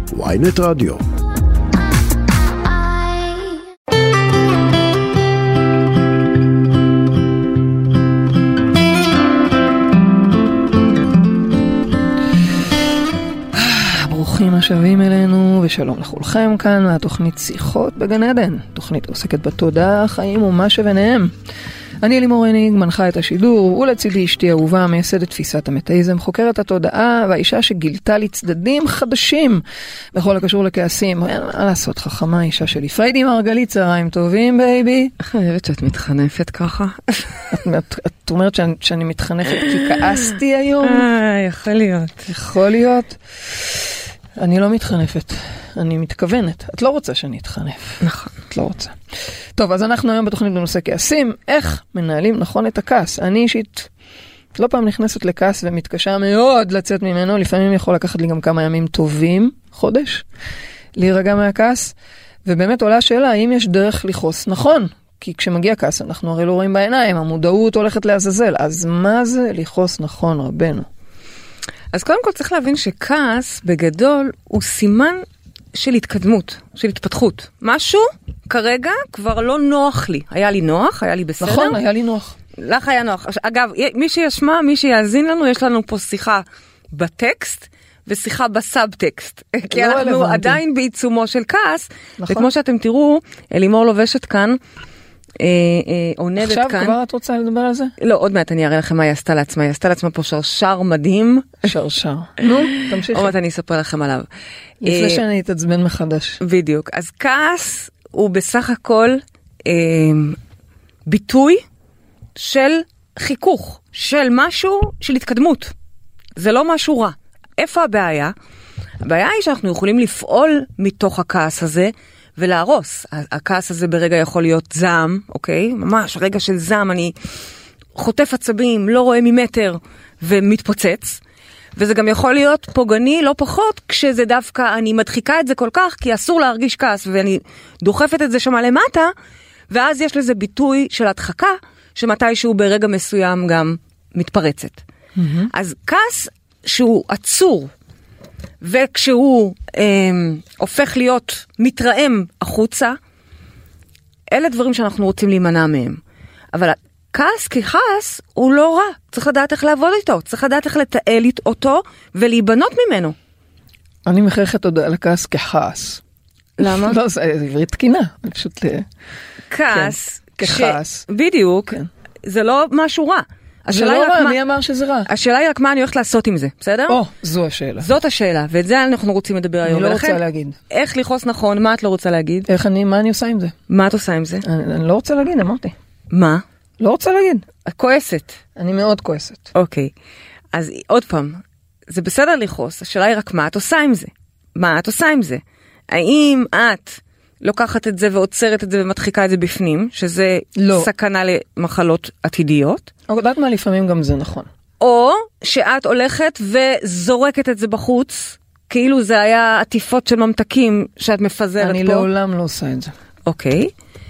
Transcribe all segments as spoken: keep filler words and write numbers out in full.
וויינט רדיו. ברוכים השבים אלינו ושלום לכולכם, כאן התוכנית שיחות בגן עדן, תוכנית עוסקת בתודעה, חיים ומה שביניהם. אני אלימור הניג, מנחה את השידור, ולצידי אשתי אהובה, מייסדת תפיסת המטאיזם, חוקרת התודעה, והאישה שגילתה לי צדדים חדשים בכל הקשור לכעסים. מה לעשות, חכמה, אישה שלי. פריידי מרגלית, צהריים טובים, בייבי. איך אני אוהבת שאת מתחנפת ככה? את, את, את אומרת שאני, שאני מתחנפת כי כעסתי היום? אה, יכול להיות. יכול להיות. אני לא מתחנפת, אני מתכוונת. את לא רוצה שאני אתחנף. נכון. את לא רוצה. טוב, אז אנחנו היום בתוכנית בנושא כעסים. איך מנהלים נכון את הכעס? אני אישית לא פעם נכנסת לכעס ומתקשה מאוד לצאת ממנו. לפעמים יכול לקחת לי גם כמה ימים טובים, חודש, להירגע מהכעס. ובאמת עולה השאלה, האם יש דרך לכעוס נכון? כי כשמגיע כעס אנחנו הרי לא רואים בעיניים, המודעות הולכת לעזאזל. אז מה זה לכעוס נכון, רבנו? אז קודם כל צריך להבין שכעס בגדול הוא סימן של התקדמות, של התפתחות. משהו כרגע כבר לא נוח לי. היה לי נוח, היה לי בסדר. נכון, היה לי נוח. לך היה נוח. אגב, מי שישמע, מי שיאזין לנו, יש לנו פה שיחה בטקסט ושיחה בסאבטקסט. כי אנחנו עדיין בעיצומו של כעס. נכון. וכמו שאתם תראו, אלימור לובשת כאן, עונדת כאן. עכשיו כבר את רוצה לדבר על זה? לא, עוד מעט אני אראה לכם מה היא עשתה לעצמה. היא עשתה לעצמה פה שרשר מדהים. שרשר. נו, תמשיכי. עוד מעט אני אספר לכם עליו. לפני שאני אתעצבן מחדש. בדיוק. אז כעס הוא בסך הכל אה, ביטוי של חיכוך, של משהו, של התקדמות. זה לא משהו רע. איפה הבעיה? הבעיה היא שאנחנו יכולים לפעול מתוך הכעס הזה, ולהרוס. הכעס הזה ברגע יכול להיות זעם, אוקיי? ממש, רגע של זעם, אני חוטף עצבים, לא רואה ממטר, ומתפוצץ. וזה גם יכול להיות פוגעני, לא פחות, כשזה דווקא, אני מדחיקה את זה כל כך, כי אסור להרגיש כעס, ואני דוחפת את זה שמה למטה, ואז יש לזה ביטוי של הדחקה, שמתישהו ברגע מסוים גם מתפרצת. Mm-hmm. אז כעס שהוא עצור, וכשהוא אה, הופך להיות מתרעם החוצה, אלה דברים שאנחנו רוצים להימנע מהם. אבל כעס ככעס הוא לא רע. צריך לדעת איך לעבוד איתו. צריך לדעת איך לתעל אותו ולהיבנות ממנו. אני מחייכת עוד על הכעס ככעס. למה? לא, זה עברית תקינה. פשוט... כעס. כן, ככעס. בדיוק. כן. זה לא משהו רע. זה לא רע, מי אמר שזה רע? השאלה היא רק מה אני הולכת לעשות עם זה, בסדר? או, זו השאלה. זאת השאלה, ואת זה אנחנו רוצים לדבר היום. אני לא רוצה להגיד. איך לכעוס נכון, מה את לא רוצה להגיד? איך אני, מה אני עושה עם זה? מה את עושה עם זה? אני לא רוצה להגיד, אמרתי. מה? לא רוצה להגיד. את כועסת. אני מאוד כועסת. אוקיי. אז עוד פעם, זה בסדר לכעוס, השאלה היא רק מה את עושה עם זה? מה את עושה עם זה? האם את לוקחת את זה ועוצרת את זה ומדחיקה את זה בפנים, שזה לא. סכנה למחלות עתידיות? או יודעת מה, לפעמים גם זה נכון. או שאת הולכת וזורקת את זה בחוץ, כאילו זה היה עטיפות של ממתקים שאת מפזרת פה. אני לעולם לא עושה את זה. אוקיי.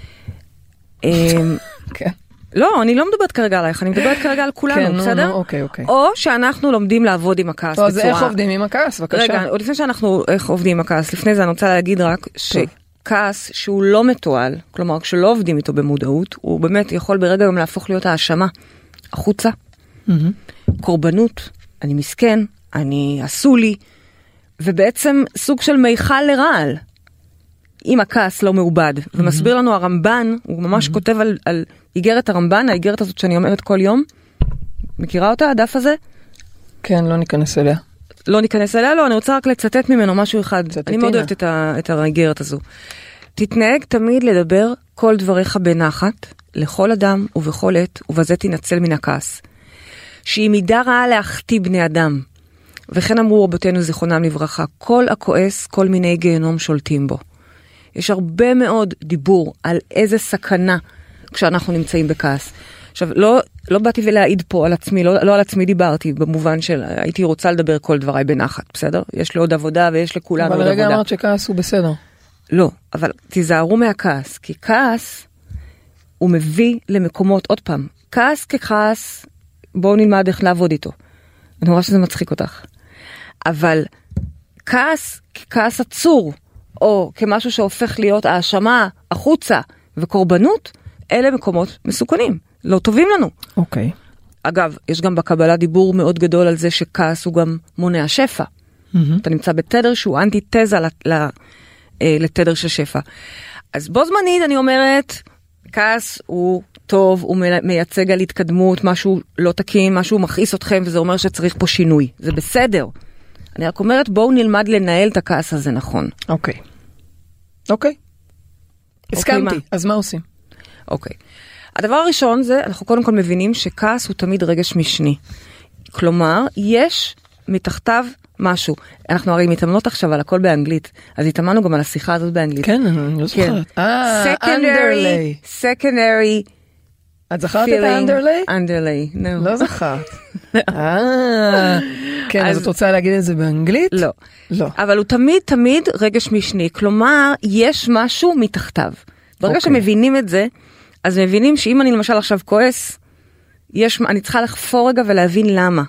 כן. לא, אני לא מדברת כרגע עלייך, אני מדברת כרגע על כולנו, בסדר? אוקיי, אוקיי. או שאנחנו לומדים לעבוד עם הכעס בצורה... אז איך עובדים עם הכעס? בבקשה. רגע, עוד לפני שאנחנו איך עובדים עם הכעס, לפני זה אני רוצה להגיד רק שכעס שהוא לא מתועל, כלומר, כשלא עובדים איתו במודעות, הוא באמת יכול ברגע גם להפוך להיות האשמה, החוצה, קורבנות, אני מסכן, אני עשו לי, ובעצם סוג של מיכל לרעל. אם הכעס לא מעובד, ומסביר לנו הרמב"ן, הוא ממש כותב על, על איגרת הרמב"ן, האיגרת הזאת שאני אומרת כל יום, מכירה אותה, הדף הזה? כן, לא ניכנס אליה. לא ניכנס אליה, לא, אני רוצה רק לצטט ממנו משהו אחד. אני מאוד אוהבת את, ה, את האיגרת הזו. תתנהג תמיד לדבר כל דבריך בנחת, לכל אדם ובכל עת, ובזה תנצל מן הכעס. שהיא מידה רעה להחטיא בני אדם. וכן אמרו רבותינו זיכרונם לברכה, כל הכועס, כל מיני גיהנום שולטים בו. יש הרבה מאוד דיבור על איזה סכנה כשאנחנו נמצאים בכעס. עכשיו, לא, לא באתי ולהעיד פה על עצמי, לא, לא על עצמי דיברתי, במובן של הייתי רוצה לדבר כל דבריי בנחת, בסדר? יש לי עוד עבודה ויש לכולנו עוד עבודה. אבל רגע אמרת שכעס הוא בסדר. לא, אבל תיזהרו מהכעס, כי כעס הוא מביא למקומות, עוד פעם, כעס ככעס, בואו נלמד איך לעבוד איתו. אני רואה שזה מצחיק אותך. אבל כעס ככעס עצור, או כמשהו שהופך להיות האשמה החוצה וקורבנות, אלה מקומות מסוכנים, לא טובים לנו. אוקיי. אגב, יש גם בקבלה דיבור מאוד גדול על זה שכעס הוא גם מונע שפע. Mm-hmm. אתה נמצא בתדר שהוא אנטי-תזה לתדר של שפע. אז בו זמנית אני אומרת, כעס הוא טוב, הוא מייצג על התקדמות, משהו לא תקין, משהו מכעיס אתכם, וזה אומר שצריך פה שינוי. זה בסדר. אני רק אומרת, בואו נלמד לנהל את הכעס הזה נכון. אוקיי. אוקיי. הסכמתי. אז מה עושים? אוקיי. הדבר הראשון זה, אנחנו קודם כל מבינים שכעס הוא תמיד רגש משני. כלומר, יש מתחתיו משהו. אנחנו הרי מתאמנות עכשיו על הכל באנגלית, אז התאמנו גם על השיחה הזאת באנגלית. כן, אני לא זוכרת. אה, אנדרליי. secondary. את זכרת את האנדרליי? אנדרליי, no. לא זכרת. אה, כן, אז את רוצה להגיד את זה באנגלית? לא. לא. אבל הוא תמיד תמיד רגש משני. כלומר, יש משהו מתחתיו. ברגע שמבינים את זה, אז מבינים שאם אני למשל עכשיו כועס, יש, אני צריכה לחפור רגע ולהבין למה.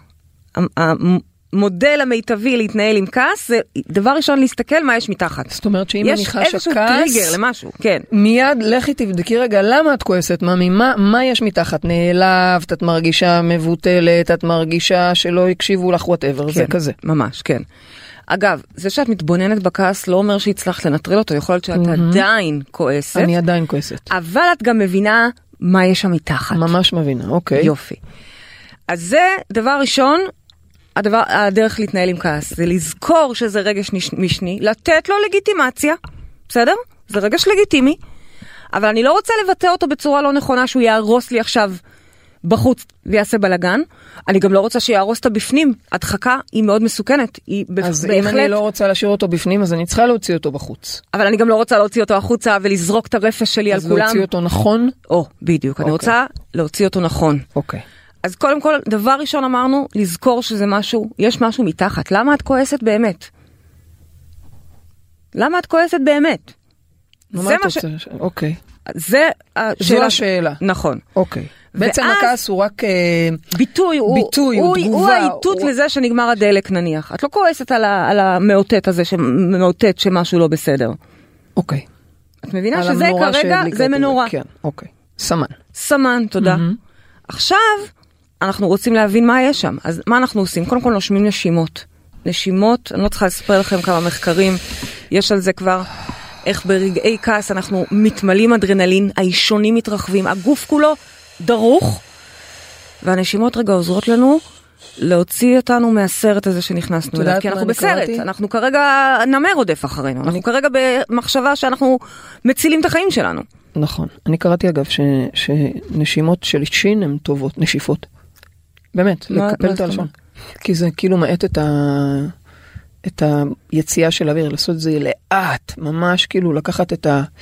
המודל המיטבי להתנהל עם כעס, זה דבר ראשון להסתכל מה יש מתחת. זאת אומרת שאם אני חשה כעס, יש איזשהו טריגר למשהו, כן. מיד לכי תבדקי רגע, למה את כועסת, ממי? מה, מה יש מתחת? נעלבת, את מרגישה מבוטלת, את מרגישה שלא הקשיבו לך whatever, כן, זה כזה. ממש, כן. אגב, זה שאת מתבוננת בכעס לא אומר שהצלחת לנטרל אותו, יכול להיות שאת mm-hmm. עדיין כועסת. אני עדיין כועסת. אבל את גם מבינה מה יש שם מתחת. ממש מבינה, אוקיי. יופי. אז זה דבר ראשון, הדבר, הדרך להתנהל עם כעס, זה לזכור שזה רגש משני, לתת לו לגיטימציה, בסדר? זה רגש לגיטימי, אבל אני לא רוצה לבטא אותו בצורה לא נכונה, שהוא יהרוס לי עכשיו בחוץ ויעשה בלגן. אני גם לא רוצה שיהרוס אותה בפנים. הדחקה היא מאוד מסוכנת. היא אז בהחלט... אם אני לא רוצה להשאיר אותו בפנים, אז אני צריכה להוציא אותו בחוץ. אבל אני גם לא רוצה להוציא אותו החוצה ולזרוק את הרפש שלי על כולם. אז להוציא אותו נכון? או, בדיוק. אני רוצה להוציא אותו נכון. אוקיי. אז קודם כל, דבר ראשון אמרנו, לזכור שזה משהו, יש משהו מתחת. למה את כועסת באמת? למה את כועסת באמת? זה מה ש... אוקיי. זה השאלה. זו השאלה. נכון. אוקיי. בעצם הכעס הוא רק ביטוי, ביטוי, הוא תגובה. הוא האיתות לזה שנגמר הדלק נניח. את לא כועסת על המאותת הזה, מאותת שמשהו לא בסדר. אוקיי. את מבינה שזה כרגע, זה מנורה. כן, אוקיי. סמן. סמן, תודה. עכשיו, אנחנו רוצים להבין מה יש שם. אז מה אנחנו עושים? קודם כל נושמים נשימות. נשימות, אני לא צריכה לספר לכם כמה מחקרים, יש על זה כבר, איך ברגעי כעס אנחנו מתמלאים אדרנלין, האישונים מתרחבים, הגוף כולו דרוך, והנשימות רגע עוזרות לנו להוציא אותנו מהסרט הזה שנכנסנו אליו, כי אנחנו בסרט, אנחנו כרגע נמר עודף אחרינו, אנחנו כרגע במחשבה שאנחנו מצילים את החיים שלנו. נכון, אני קראתי אגב שנשימות של שין הן טובות, נשיפות. באמת, לקפל את הלשון. כי זה כאילו מעט את ה... את היציאה של האוויר, לעשות את זה לאט, ממש כאילו לקחת את ה...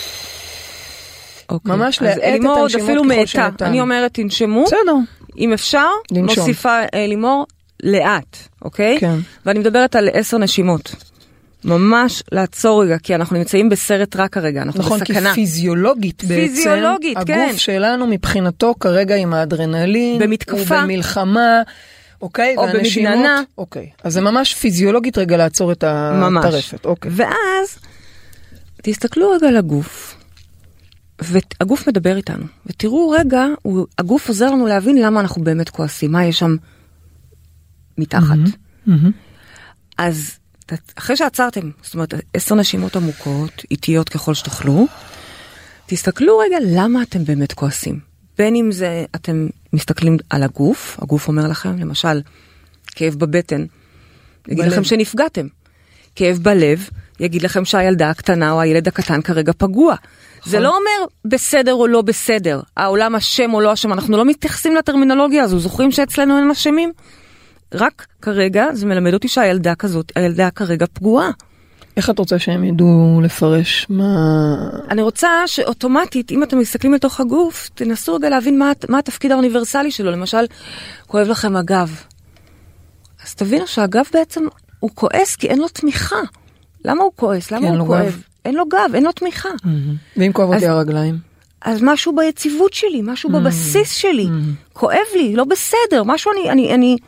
ממש לאט את הנשימות ככל שניתן. אני אומרת, תנשמו. בסדר. אם אפשר, מוסיפה לימור לאט, אוקיי? כן. ואני מדברת על עשר נשימות. ממש לעצור רגע, כי אנחנו נמצאים בסרט רק כרגע, אנחנו נכון, בסכנה. נכון, כי פיזיולוגית בעצם, פיזיולוגית, הגוף כן. שלנו מבחינתו כרגע עם האדרנלין, במתקפה. ובמלחמה, אוקיי? או במגננה. אוקיי. אז זה ממש פיזיולוגית רגע לעצור את הטרפת. אוקיי. ואז, תסתכלו רגע על הגוף, והגוף מדבר איתנו, ותראו רגע, הגוף עוזר לנו להבין למה אנחנו באמת כועסים, מה יש שם מתחת. Mm-hmm. Mm-hmm. אז, אחרי שעצרתם, זאת אומרת, עשר נשימות עמוקות, איטיות ככל שתוכלו, תסתכלו רגע למה אתם באמת כועסים. בין אם זה, אתם מסתכלים על הגוף, הגוף אומר לכם, למשל, כאב בבטן, יגיד לכם שנפגעתם. כאב בלב, יגיד לכם שהילדה הקטנה או הילד הקטן כרגע פגוע. זה לא אומר בסדר או לא בסדר, העולם אשם או לא אשם, אנחנו לא מתייחסים לטרמינולוגיה הזו, זוכרים שאצלנו אין אשמים? רק כרגע זה מלמד אותי שהילדה כזאת, הילדה כרגע פגועה. איך את רוצה שהם ידעו לפרש מה... אני רוצה שאוטומטית, אם אתם מסתכלים לתוך הגוף, תנסו רגע להבין מה, מה התפקיד האוניברסלי שלו. למשל, כואב לכם הגב. אז תבינו שהגב בעצם הוא כועס כי אין לו תמיכה. למה הוא כועס? למה הוא כואב? גב. אין לו גב, אין לו תמיכה. Mm-hmm. ואם כואב אותי הרגליים? אז משהו ביציבות שלי, משהו mm-hmm. בבסיס שלי. Mm-hmm. כואב לי, לא בסדר. משהו אני... אני, אני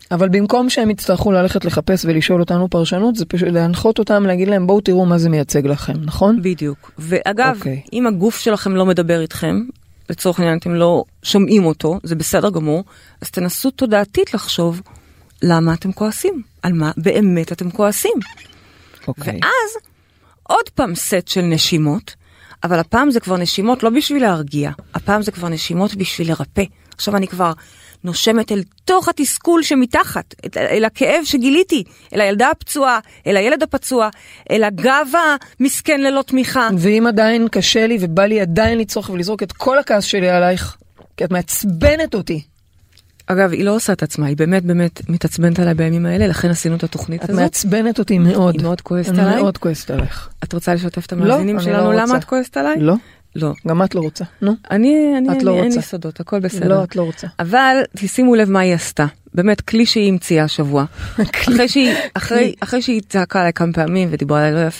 אבל במקום שהם יצטרכו ללכת לחפש ולשאול אותנו פרשנות, זה פשוט להנחות אותם, להגיד להם, בואו תראו מה זה מייצג לכם, נכון? בדיוק. ואגב, Okay. אם הגוף שלכם לא מדבר איתכם, לצורך העניין אתם לא שומעים אותו, זה בסדר גמור, אז תנסו תודעתית לחשוב למה אתם כועסים, על מה באמת אתם כועסים. Okay. ואז עוד פעם סט של נשימות, אבל הפעם זה כבר נשימות לא בשביל להרגיע, הפעם זה כבר נשימות בשביל לרפא. עכשיו אני כבר נושמת אל תוך התסכול שמתחת, אל הכאב שגיליתי, אל הילדה הפצועה, אל הילד הפצוע, אל הגב המסכן ללא תמיכה. ואם עדיין קשה לי ובא לי עדיין לצרוך ולזרוק את כל הכעס שלי עלייך, כי את מעצבנת אותי. אגב, היא לא עושה את עצמה, היא באמת באמת מתעצבנת עליי בימים האלה, לכן עשינו את התוכנית הזאת. את מעצבנת אותי מאוד. היא מאוד כועסת עליי. עליי. מאוד כועסת עליך. את רוצה לשתף את המאזינים שלנו למה את כועסת עליי? לא. לא. גם את לא רוצה. נו. אני, אני, את לא אני, אין רוצה. לי סודות, הכל בסדר. לא, את לא רוצה. אבל תשימו לב מה היא עשתה. באמת, כלי שהיא המציאה השבוע. אחרי שהיא, אחרי, אחרי שהיא צעקה עליי כמה פעמים ודיברה עליי לא יפה,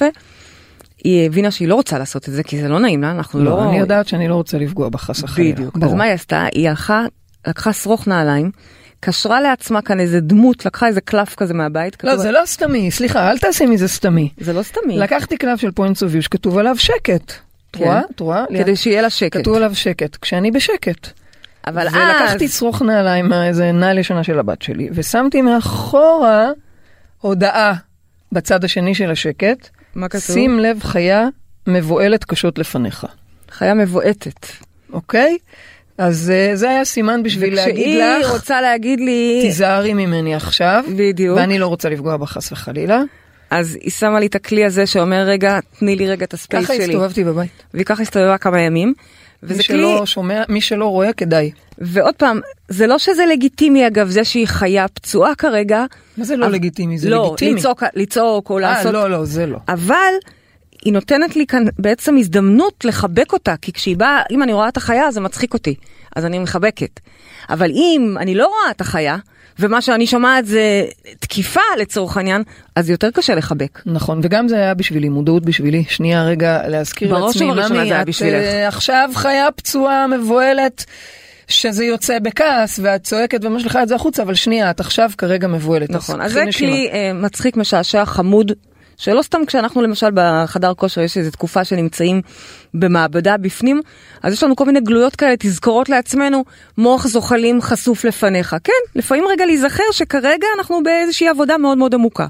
היא הבינה שהיא לא רוצה לעשות את זה, כי זה לא נעים לה, אנחנו לא... לא, אני יודעת שאני לא רוצה לפגוע בחס החלילה. בדיוק. אז מה היא עשתה? היא הלכה, לקחה שרוך נעליים, קשרה לעצמה כאן איזה דמות, לקחה איזה קלף כזה מהבית. לא, זה לא סתמי, סליחה, אל תעשי מזה סתמי. זה לא סתמי. לקחתי קלף של פוינטס אוף ויו שכתוב עליו שקט. תרואה? תרואה? כדי שיהיה לה שקט. כתוב עליו שקט, כשאני בשקט. אבל אז... ולקחתי שרוך נעליים, איזה נעל ישנה של הבת שלי, ושמתי מאחורה הודעה בצד השני של השקט. מה כתוב? שים לב, חיה מבועלת קשות לפניך. חיה מבועטת. אוקיי? אז זה היה סימן בשביל להגיד לך, וכשהיא רוצה להגיד לי... תיזהרי ממני עכשיו. בדיוק. ואני לא רוצה לפגוע בחס וחלילה. אז היא שמה לי את הכלי הזה שאומר, רגע, תני לי רגע את הספייס ככה שלי. ככה הסתובבתי בבית. והיא ככה הסתובבה כמה ימים. מי שלא שומע, מי שלא רואה, כדאי. ועוד פעם, זה לא שזה לגיטימי, אגב, זה שהיא חיה פצועה כרגע. מה זה לא לגיטימי? זה לא, לגיטימי. לצעוק, לצעוק או לעשות... לא, לא, זה לא. אבל היא נותנת לי כאן בעצם הזדמנות לחבק אותה, כי כשהיא באה, אם אני רואה את החיה, זה מצחיק אותי. אז אני מחבקת. אבל אם אני לא רואה את החיה, ומה שאני שומעת זה תקיפה לצורך העניין, אז יותר קשה לחבק. נכון, וגם זה היה בשבילי, מודעות בשבילי. שנייה רגע להזכיר לעצמי, ממי, את uh, עכשיו חיה פצועה, מבועלת, שזה יוצא בכעס, ואת צועקת ומשליחה את זה החוצה, אבל שנייה, את עכשיו כרגע מבועלת. נכון, אז זה כלי uh, מצחיק, משעשע, חמוד, שלא סתם כשאנחנו למשל בחדר כושר, יש איזו תקופה שנמצאים במעבדה בפנים, אז יש לנו כל מיני גלויות כאלה, תזכורות לעצמנו, מוח זוחלים חשוף לפניך. כן, לפעמים רגע להיזכר שכרגע אנחנו באיזושהי עבודה מאוד מאוד עמוקה.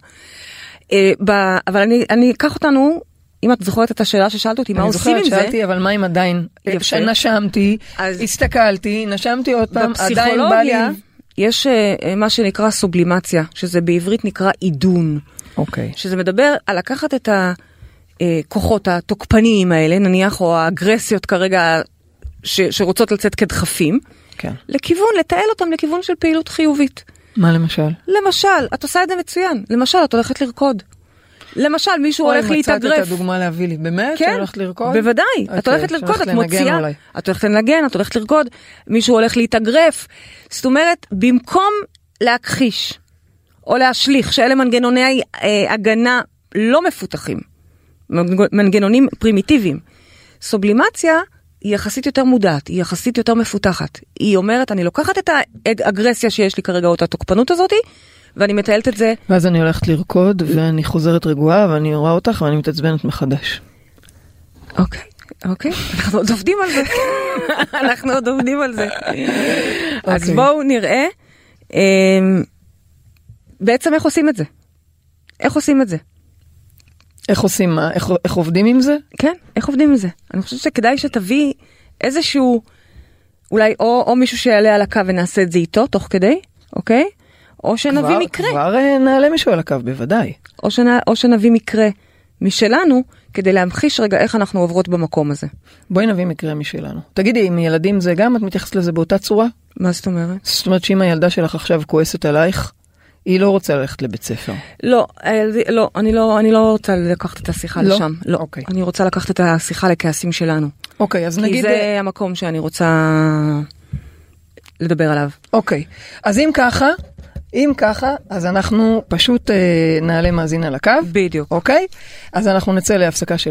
אה, ב, אבל אני, אני אקח אותנו, אם את זוכרת את השאלה ששאלת אותי, מה עושים עם זה? אני זוכרת, שאלתי, אבל מה אם עדיין? נשמתי, אז... הסתכלתי, נשמתי עוד פעם, עדיין בא לי... יש אה, מה שנקרא סובלימציה, שזה בעברית נקרא עידון. אוקיי. שזה מדבר על לקחת את הכוחות התוקפניים האלה, נניח, או האגרסיות כרגע ש, שרוצות לצאת כדחפים, כן. לכיוון, לתעל אותם לכיוון של פעילות חיובית. מה למשל? למשל, את עושה את זה מצוין. למשל, את הולכת לרקוד. למשל, מישהו הולך להתאגרף. מצאת את הדוגמה להביא לי. באמת? כן, את הולכת לרקוד? בוודאי. את הולכת לרקוד, את מוציאה. את הולכת לנגן, את הולכת לרקוד. מישהו הולך להתאגרף. זאת אומרת, במקום להכחיש, או להשליך, שאלה מנגנוני אה, הגנה לא מפותחים, מנגנונים פרימיטיביים. סובלימציה היא יחסית יותר מודעת, היא יחסית יותר מפותחת. היא אומרת, אני לוקחת את האגרסיה שיש לי כרגע, או את התוקפנות הזאת, ואני מטיילת את זה. ואז אני הולכת לרקוד, ואני חוזרת רגועה, ואני רואה אותך, ואני מתעצבנת מחדש. אוקיי, אוקיי. אנחנו עוד עובדים על זה. אנחנו עוד עובדים על זה. אז בואו נראה... בעצם איך עושים את זה? איך עושים את זה? איך עושים מה? איך, איך עובדים עם זה? כן, איך עובדים עם זה? אני חושבת שכדאי שתביא איזשהו, אולי או, או מישהו שיעלה על הקו ונעשה את זה איתו, תוך כדי, אוקיי? או שנביא כבר, מקרה. כבר נעלה מישהו על הקו, בוודאי. או, שנ, או שנביא מקרה משלנו, כדי להמחיש רגע איך אנחנו עוברות במקום הזה. בואי נביא מקרה משלנו. תגידי, עם ילדים זה גם, את מתייחסת לזה באותה צורה? מה זאת אומרת? זאת אומרת שאם הילדה שלך עכשיו כועסת עלייך, היא לא רוצה ללכת לבית ספר. לא, לא, אני לא, אני לא רוצה לקחת את השיחה לא? לשם. לא, אוקיי. אני רוצה לקחת את השיחה לכעסים שלנו. אוקיי, אז כי נגיד... כי זה המקום שאני רוצה לדבר עליו. אוקיי, אז אם ככה, אם ככה, אז אנחנו פשוט אה, נעלה מאזין על הקו. בדיוק. אוקיי? אז אנחנו נצא להפסקה של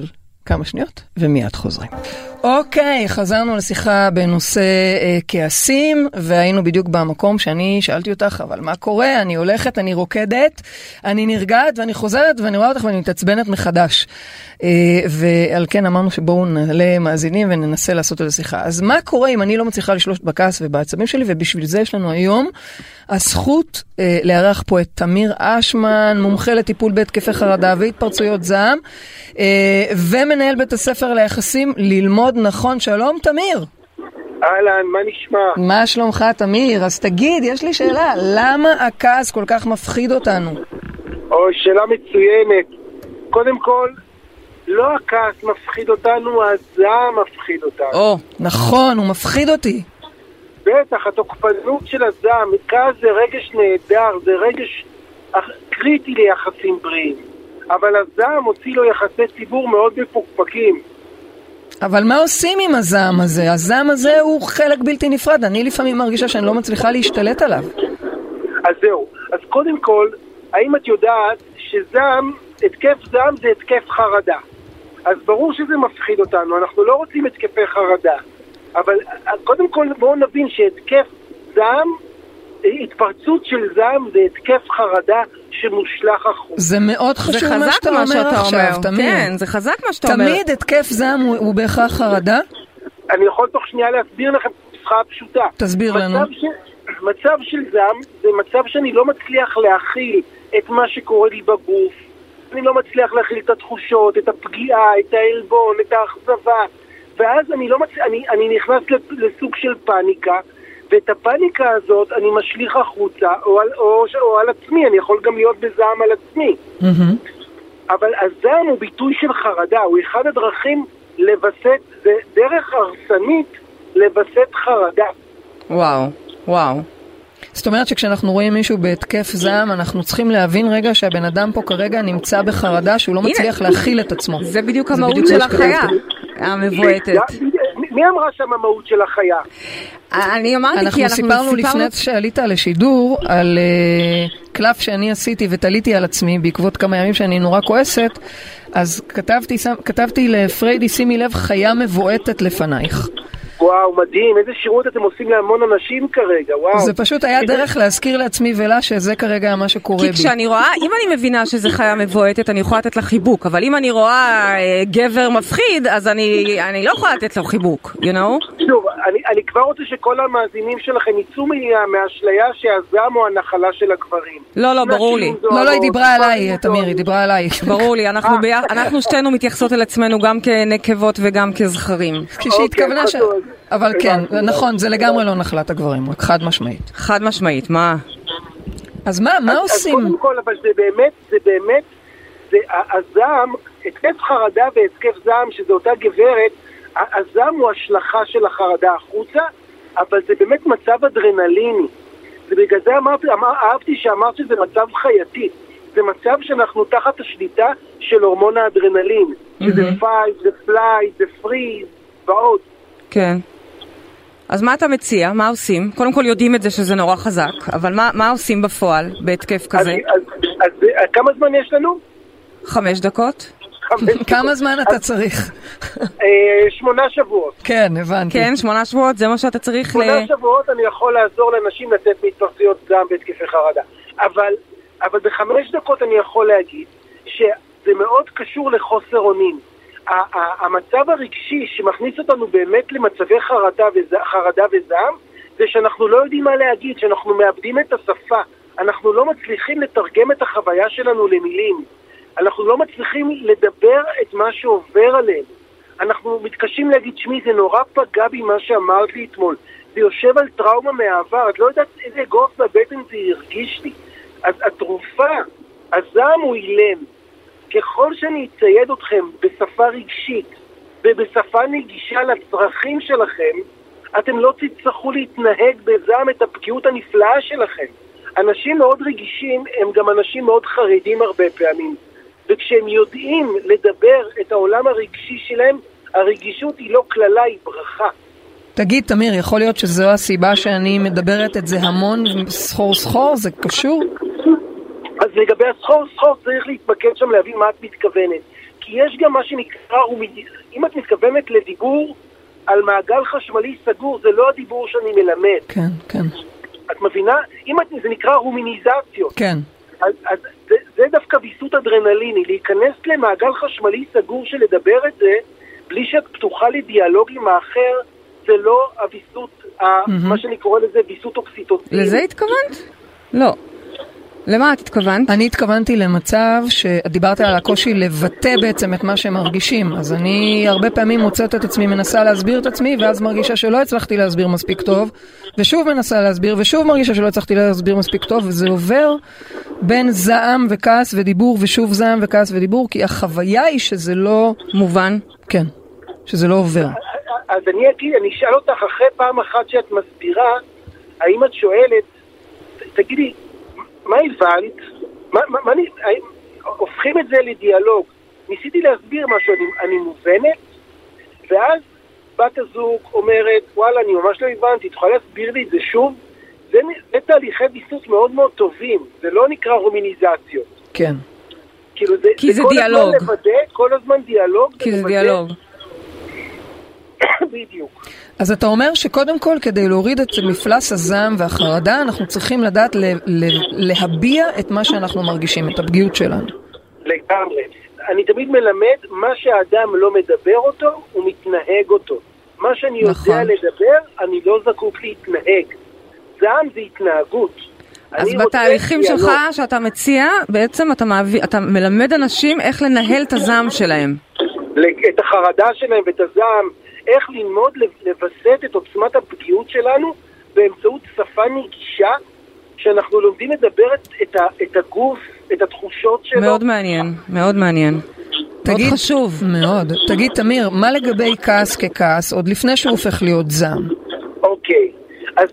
כמה שניות, ומיד חוזרים. אוקיי, חזרנו לשיחה בנושא אה, כעסים, והיינו בדיוק במקום שאני שאלתי אותך, אבל מה קורה? אני הולכת, אני רוקדת, אני נרגעת, ואני חוזרת, ואני רואה אותך ואני מתעצבנת מחדש. אה, ועל כן אמרנו שבואו נעלה מאזינים וננסה לעשות את השיחה. אז מה קורה אם אני לא מצליחה לשלוט בכעס ובעצבים שלי, ובשביל זה יש לנו היום הזכות אה, לארח פה את תמיר אשמן, מומחה לטיפול בהתקפי חרדה והתפרצויות זעם, אה, ומנהל בית הספר ליחסים ללמוד נכון. שלום תמיר. אהלן, מה נשמע? מה שלומך תמיר? אז תגיד, יש לי שאלה, למה הכעס כל כך מפחיד אותנו? או, שאלה מצוינת. קודם כל, לא הכעס מפחיד אותנו, הזעם מפחיד אותנו. או, נכון, הוא מפחיד אותי. בטח, התוקפנות של הזעם, כעס זה רגש נהדר, זה רגש קריטי ליחסים בריאים. אבל הזעם הוציא לו יחסי ציבור מאוד מפוקפקים. אבל מה עושים עם הזעם הזה? הזעם הזה הוא חלק בלתי נפרד. אני לפעמים מרגישה שאני לא מצליחה להשתלט עליו. אז זהו. אז קודם כל, האם את יודעת שזעם, התקף זעם זה התקף חרדה? אז ברור שזה מפחיד אותנו. אנחנו לא רוצים התקפי חרדה. אבל קודם כל בואו נבין שהתקף זעם, התפרצות של זעם זה התקף חרדה שמושלך החוצה. זה מאוד חשוב מה שאתה אומר עכשיו, תמיד. כן, זה חזק מה שאתה אומר. תמיד התקף זעם הוא, הוא בהכרח חרדה? אני יכול תוך שנייה להסביר לכם נוסחה פשוטה. תסביר לנו. ש... מצב של זעם זה מצב שאני לא מצליח להכיל את מה שקורה לי בגוף. אני לא מצליח להכיל את התחושות, את הפגיעה, את העלבון, את האכזבה. ואז אני, לא מצ... אני, אני נכנס לסוג של פאניקה, ואת הפאניקה הזאת אני משליך החוצה, או על, או, או על עצמי, אני יכול גם להיות בזעם על עצמי. Mm-hmm. אבל הזעם הוא ביטוי של חרדה, הוא אחד הדרכים לבסט, זה דרך הרסנית לבסט חרדה. וואו, וואו. זאת אומרת שכשאנחנו רואים מישהו בהתקף זעם, אנחנו צריכים להבין רגע שהבן אדם פה כרגע נמצא בחרדה, שהוא לא מצליח להכיל את עצמו. זה בדיוק המהות של החיה, המבועטת. מי אמרה שם המהות של החיה? אני אמרתי כי אנחנו סיפרנו לפני שעלית לשידור על קלף שאני עשיתי ותליתי על עצמי בעקבות כמה ימים שאני נורא כועסת, אז כתבתי לפריידי, שימי לב, חיה מבועטת לפנייך. וואו, מדהים, איזה שירות אתם עושים להמון אנשים כרגע, וואו. זה פשוט היה דרך להזכיר לעצמי ולה שזה כרגע מה שקורה בי. כי כשאני רואה, אם אני מבינה שזה חיה מבועטת, אני יכולה לתת לה חיבוק, אבל אם אני רואה גבר מפחיד, אז אני, אני לא יכולה לתת לו חיבוק, you know? שוב, אני, אני כבר רוצה שכל המאזינים שלכם יצאו מהאשליה שהזעם הוא הנחלה של הגברים. לא, לא, ברור לי. לא, לא, היא דיברה עליי, תמיר, היא דיברה עליי. ברור לי, אנחנו, בי... אנחנו שתינו מתייחסות אל עצמנו גם כנקבות וגם כזכרים. כשהתכוונה ש... אבל כן, נכון, זה לגמרי לא נחלת הגברים, רק חד משמעית. חד משמעית, מה? אז מה, מה עושים? אז קודם כל, אבל זה באמת, זה באמת, זה הזעם, התקף חרדה והתקף זעם, שזה אותה גברת, הזעם הוא השלכה של החרדה החוצה, אבל זה באמת מצב אדרנליני. ובגלל זה אמרתי, אמר, אהבתי שאמרת שזה מצב חייתי. זה מצב שאנחנו תחת השליטה של הורמון האדרנלין. שזה fight, זה flight, זה freeze, ועוד. כן. אז מה אתה מציע? מה עושים? קודם כל יודעים את זה שזה נורא חזק, אבל מה, מה עושים בפועל בהתקף כזה? אז, אז, אז, אז כמה זמן יש לנו? חמש דקות. כמה זמן אתה צריך? שמונה שבועות. כן, הבנתי. כן, שמונה שבועות, זה מה שאתה צריך. שמונה שבועות אני יכול לעזור לאנשים לצאת מהתפרצויות זעם בהתקפי חרדה. אבל, אבל בחמש דקות אני יכול להגיד שזה מאוד קשור לחוסר אונים. המצב הרגשי שמכניס אותנו באמת למצבי חרדה וחרדה וזעם, זה שאנחנו לא יודעים מה להגיד, שאנחנו מאבדים את השפה, אנחנו לא מצליחים לתרגם את החוויה שלנו למילים, אנחנו לא מצליחים לדבר את מה שעובר עלינו, אנחנו מתקשים להגיד, שמי, זה נורא פגע בי מה שאמרת לי אתמול, זה יושב על טראומה מהעבר, את לא יודעת איזה גוף בבטן זה הרגיש לי. אז התרופה, הזעם הוא אילם. ככל שאני אצייד אתכם בשפה רגשית ובשפה נגישה לצרכים שלכם, אתם לא תצטרכו להתנהג בזעם את הפגיעות הנפלאה שלכם. אנשים מאוד רגישים הם גם אנשים מאוד חרדים הרבה פעמים, וכשהם יודעים לדבר את העולם הרגשי שלהם, הרגישות היא לא כללה, היא ברכה. תגיד, תמיר, יכול להיות שזו הסיבה שאני מדברת את זה המון סחור סחור? זה קשור? אז לגבי הסחור סחור צריך להתמקד שם להבין מה את מתכוונת. כי יש גם מה שנקרא, אם את מתכוונת לדיבור על מעגל חשמלי סגור, זה לא הדיבור שאני מלמד. כן, כן. את מבינה? אם את, זה נקרא רומיניזציות. כן. אז, אז זה, זה דווקא ויסות אדרנליני, להיכנס למעגל חשמלי סגור שלדבר את זה, בלי שאת פתוחה לדיאלוג עם האחר, זה לא הוויסות, mm-hmm. מה שאני קורא לזה ויסות אוקסיטוצין. לזה התכוונת? לא. למה את התכוונת? אני התכוונתי למצב שדיברת על הקושי לבטא בעצם את מה שהם מרגישים. אז אני הרבה פעמים מוצאת את עצמי, מנסה להסביר את עצמי, ואז מרגישה שלא הצלחתי להסביר מספיק טוב, ושוב מנסה להסביר, ושוב מרגישה שלא הצלחתי להסביר מספיק טוב, וזה עובר בין זעם וכעס ודיבור, ושוב זעם וכעס ודיבור, כי החוויה היא שזה לא מובן. כן, שזה לא עובר. אז אני אגיד, אני אשאל אותך אחרי פעם אחת שאת מסבירה, האם את שואלת, תגידי, מה הבנת? מה, מה, מה, הופכים את זה לדיאלוג. ניסיתי להסביר משהו, אני, אני מובנת, ואז בת הזוג אומרת, וואלה, אני ממש לא הבנתי, תוכל להסביר לי את זה שוב? זה, זה תהליכי ויסות מאוד מאוד טובים, זה לא נקרא רומיניזציות. כן. כאילו זה, כי זה, זה כל דיאלוג. הזמן לבדא, כל הזמן דיאלוג. כי זה דיאלוג. בדיוק. אז אתה אומר שקודם כל כדי להוריד את מפלס הזעם והחרדה אנחנו צריכים לדעת ל- ל- להביע את מה שאנחנו מרגישים, את הפגיעות שלנו. לגמרי. אני תמיד מלמד, מה שהאדם לא מדבר אותו, הוא מתנהג אותו. מה שאני נכון. יודע לדבר, אני לא זקוק להתנהג. זעם זה התנהגות. אז בתהליכים שלך שאתה מציע, בעצם אתה, מעביר, אתה מלמד אנשים איך לנהל את הזעם שלהם. את החרדה שלהם ואת הזעם, איך ללמוד לבסט את עוצמת הפגיעות שלנו באמצעות שפה נגישה, שאנחנו לומדים לדבר את, את, ה, את הגוף, את התחושות שלו. מאוד מעניין, מאוד מעניין. תגיד, מאוד חשוב. מאוד. תגיד, תמיר, מה לגבי כעס ככעס, עוד לפני שהוא הופך להיות זעם? אוקיי, אז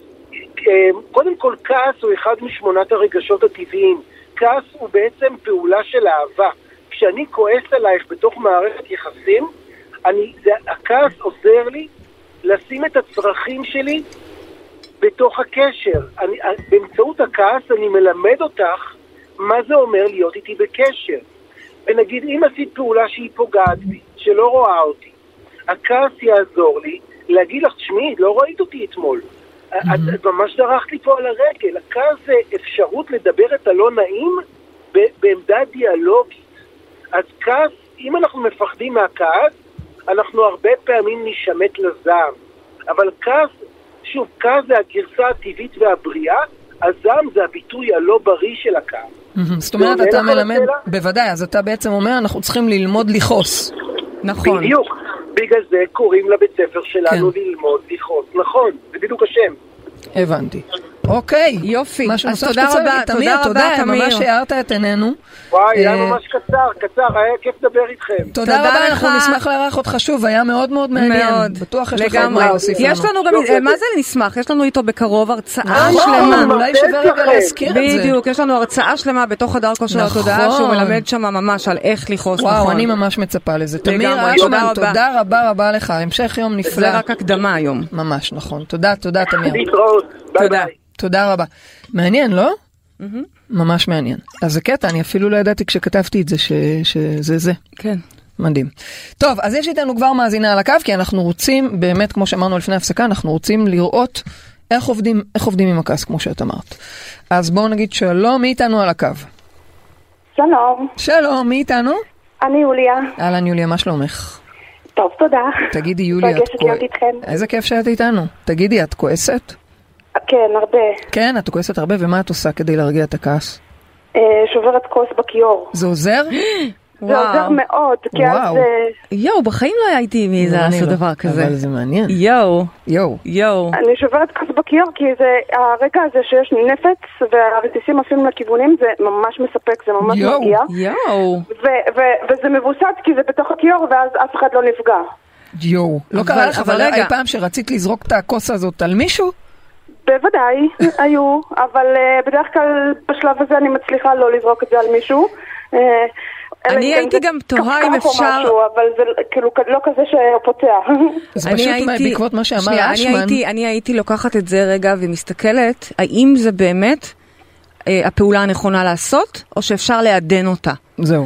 קודם כל כעס הוא אחד משמונת הרגשות הטבעיים. כעס הוא בעצם פעולה של אהבה. כשאני כועס עלייך בתוך מערכת יחסים, אני, זה, הכעס עוזר לי לשים את הצרכים שלי בתוך הקשר. אני, באמצעות הכעס אני מלמד אותך מה זה אומר להיות איתי בקשר. ונגיד, אם עשית פעולה שהיא פוגעת בי, שלא רואה אותי, הכעס יעזור לי להגיד לך, תשמעי, לא ראית אותי אתמול. Mm-hmm. את, את ממש דרכת לי פה על הרגל. הכעס זה אפשרות לדבר את הלא נעים בעמדה דיאלוגית. אז כעס, אם אנחנו מפחדים מהכעס, אנחנו הרבה פעמים נשמט לזעם. אבל כעס, שוב, כעס זה הגרסה הטבעית והבריאה, הזעם זה הביטוי הלא בריא של הכעס. זאת אומרת, אתה מלמד, בוודאי, אז אתה בעצם אומר, אנחנו צריכים ללמוד לכעוס. נכון. בדיוק. בגלל זה קוראים לבית ספר שלנו ללמוד לכעוס. נכון, זה בדיוק השם. הבנתי. אוקיי. יופי. אז תודה רבה, תמיר, תודה, ממש הערת את עינינו. וואי, היה ממש קצר, קצר, היה כיף לדבר איתכם. תודה רבה, אנחנו נשמח לארח אותך שוב, היה מאוד מאוד מעניין. בטוח יש לך מה להוסיף לנו. יש לנו גם, מה זה נשמח? יש לנו איתו בקרוב הרצאה שלמה. אולי שווה רגע להזכיר את זה. בדיוק, יש לנו הרצאה שלמה בתוך חדר כושר התודעה, שהוא מלמד שם ממש על איך לכעוס נכון. וואו, אני ממש מצפה לזה. תמיר אשמן, תודה רבה רבה לך, המשך יום נפלא. זה רק הקדמה היום. ממש נכון. תודה, תודה תמיר. תודה. תודה רבה. מעניין, לא? ממש מעניין. אז זה קטע, אני אפילו לא ידעתי כשכתבתי את זה שזה זה. כן. מדהים. טוב, אז יש איתנו כבר מאזינה על הקו, כי אנחנו רוצים, באמת, כמו שאמרנו לפני הפסקה, אנחנו רוצים לראות איך עובדים, איך עובדים עם הכעס, כמו שאת אמרת. אז בואו נגיד שלום, מי איתנו על הקו? שלום. שלום, מי איתנו? אני יוליה. אהלן יוליה, מה שלומך? טוב, תודה. תגידי יוליה, את כועסת? איזה כיף שאת איתנו. תגידי, את כועסת? כן, הרבה. כן, את כועסת הרבה, ומה את עושה כדי להרגיע את הכעס? שוברת כוס בכיור. זה עוזר? זה עוזר מאוד, כי אז... יואו, בחיים לא הייתי מזה לעשות דבר כזה. אבל זה מעניין. יואו. יואו. יואו. אני שוברת כוס בכיור, כי הרגע הזה שיש נפץ, והרסיסים עפים לכיוונים, זה ממש מספק, זה ממש מרגיע. יואו. וזה מבוסס, כי זה בתוך הכיור, ואז אף אחד לא נפגע. יואו. לא קרה לך, אבל אי פעם שרצית לזרוק את הכוס הזאת על מישהו? בוודאי, היו, אבל uh, בדרך כלל בשלב הזה אני מצליחה לא לזרוק את זה על מישהו. Uh, אני הייתי גם תוהה אם אפשר... משהו, אבל זה כאילו לא כזה שפוצע. זה פשוט הייתי... בעקבות מה שאמר אשמן. אני, אני הייתי לוקחת את זה רגע ומסתכלת, האם זה באמת uh, הפעולה הנכונה לעשות, או שאפשר לעדן אותה. זהו.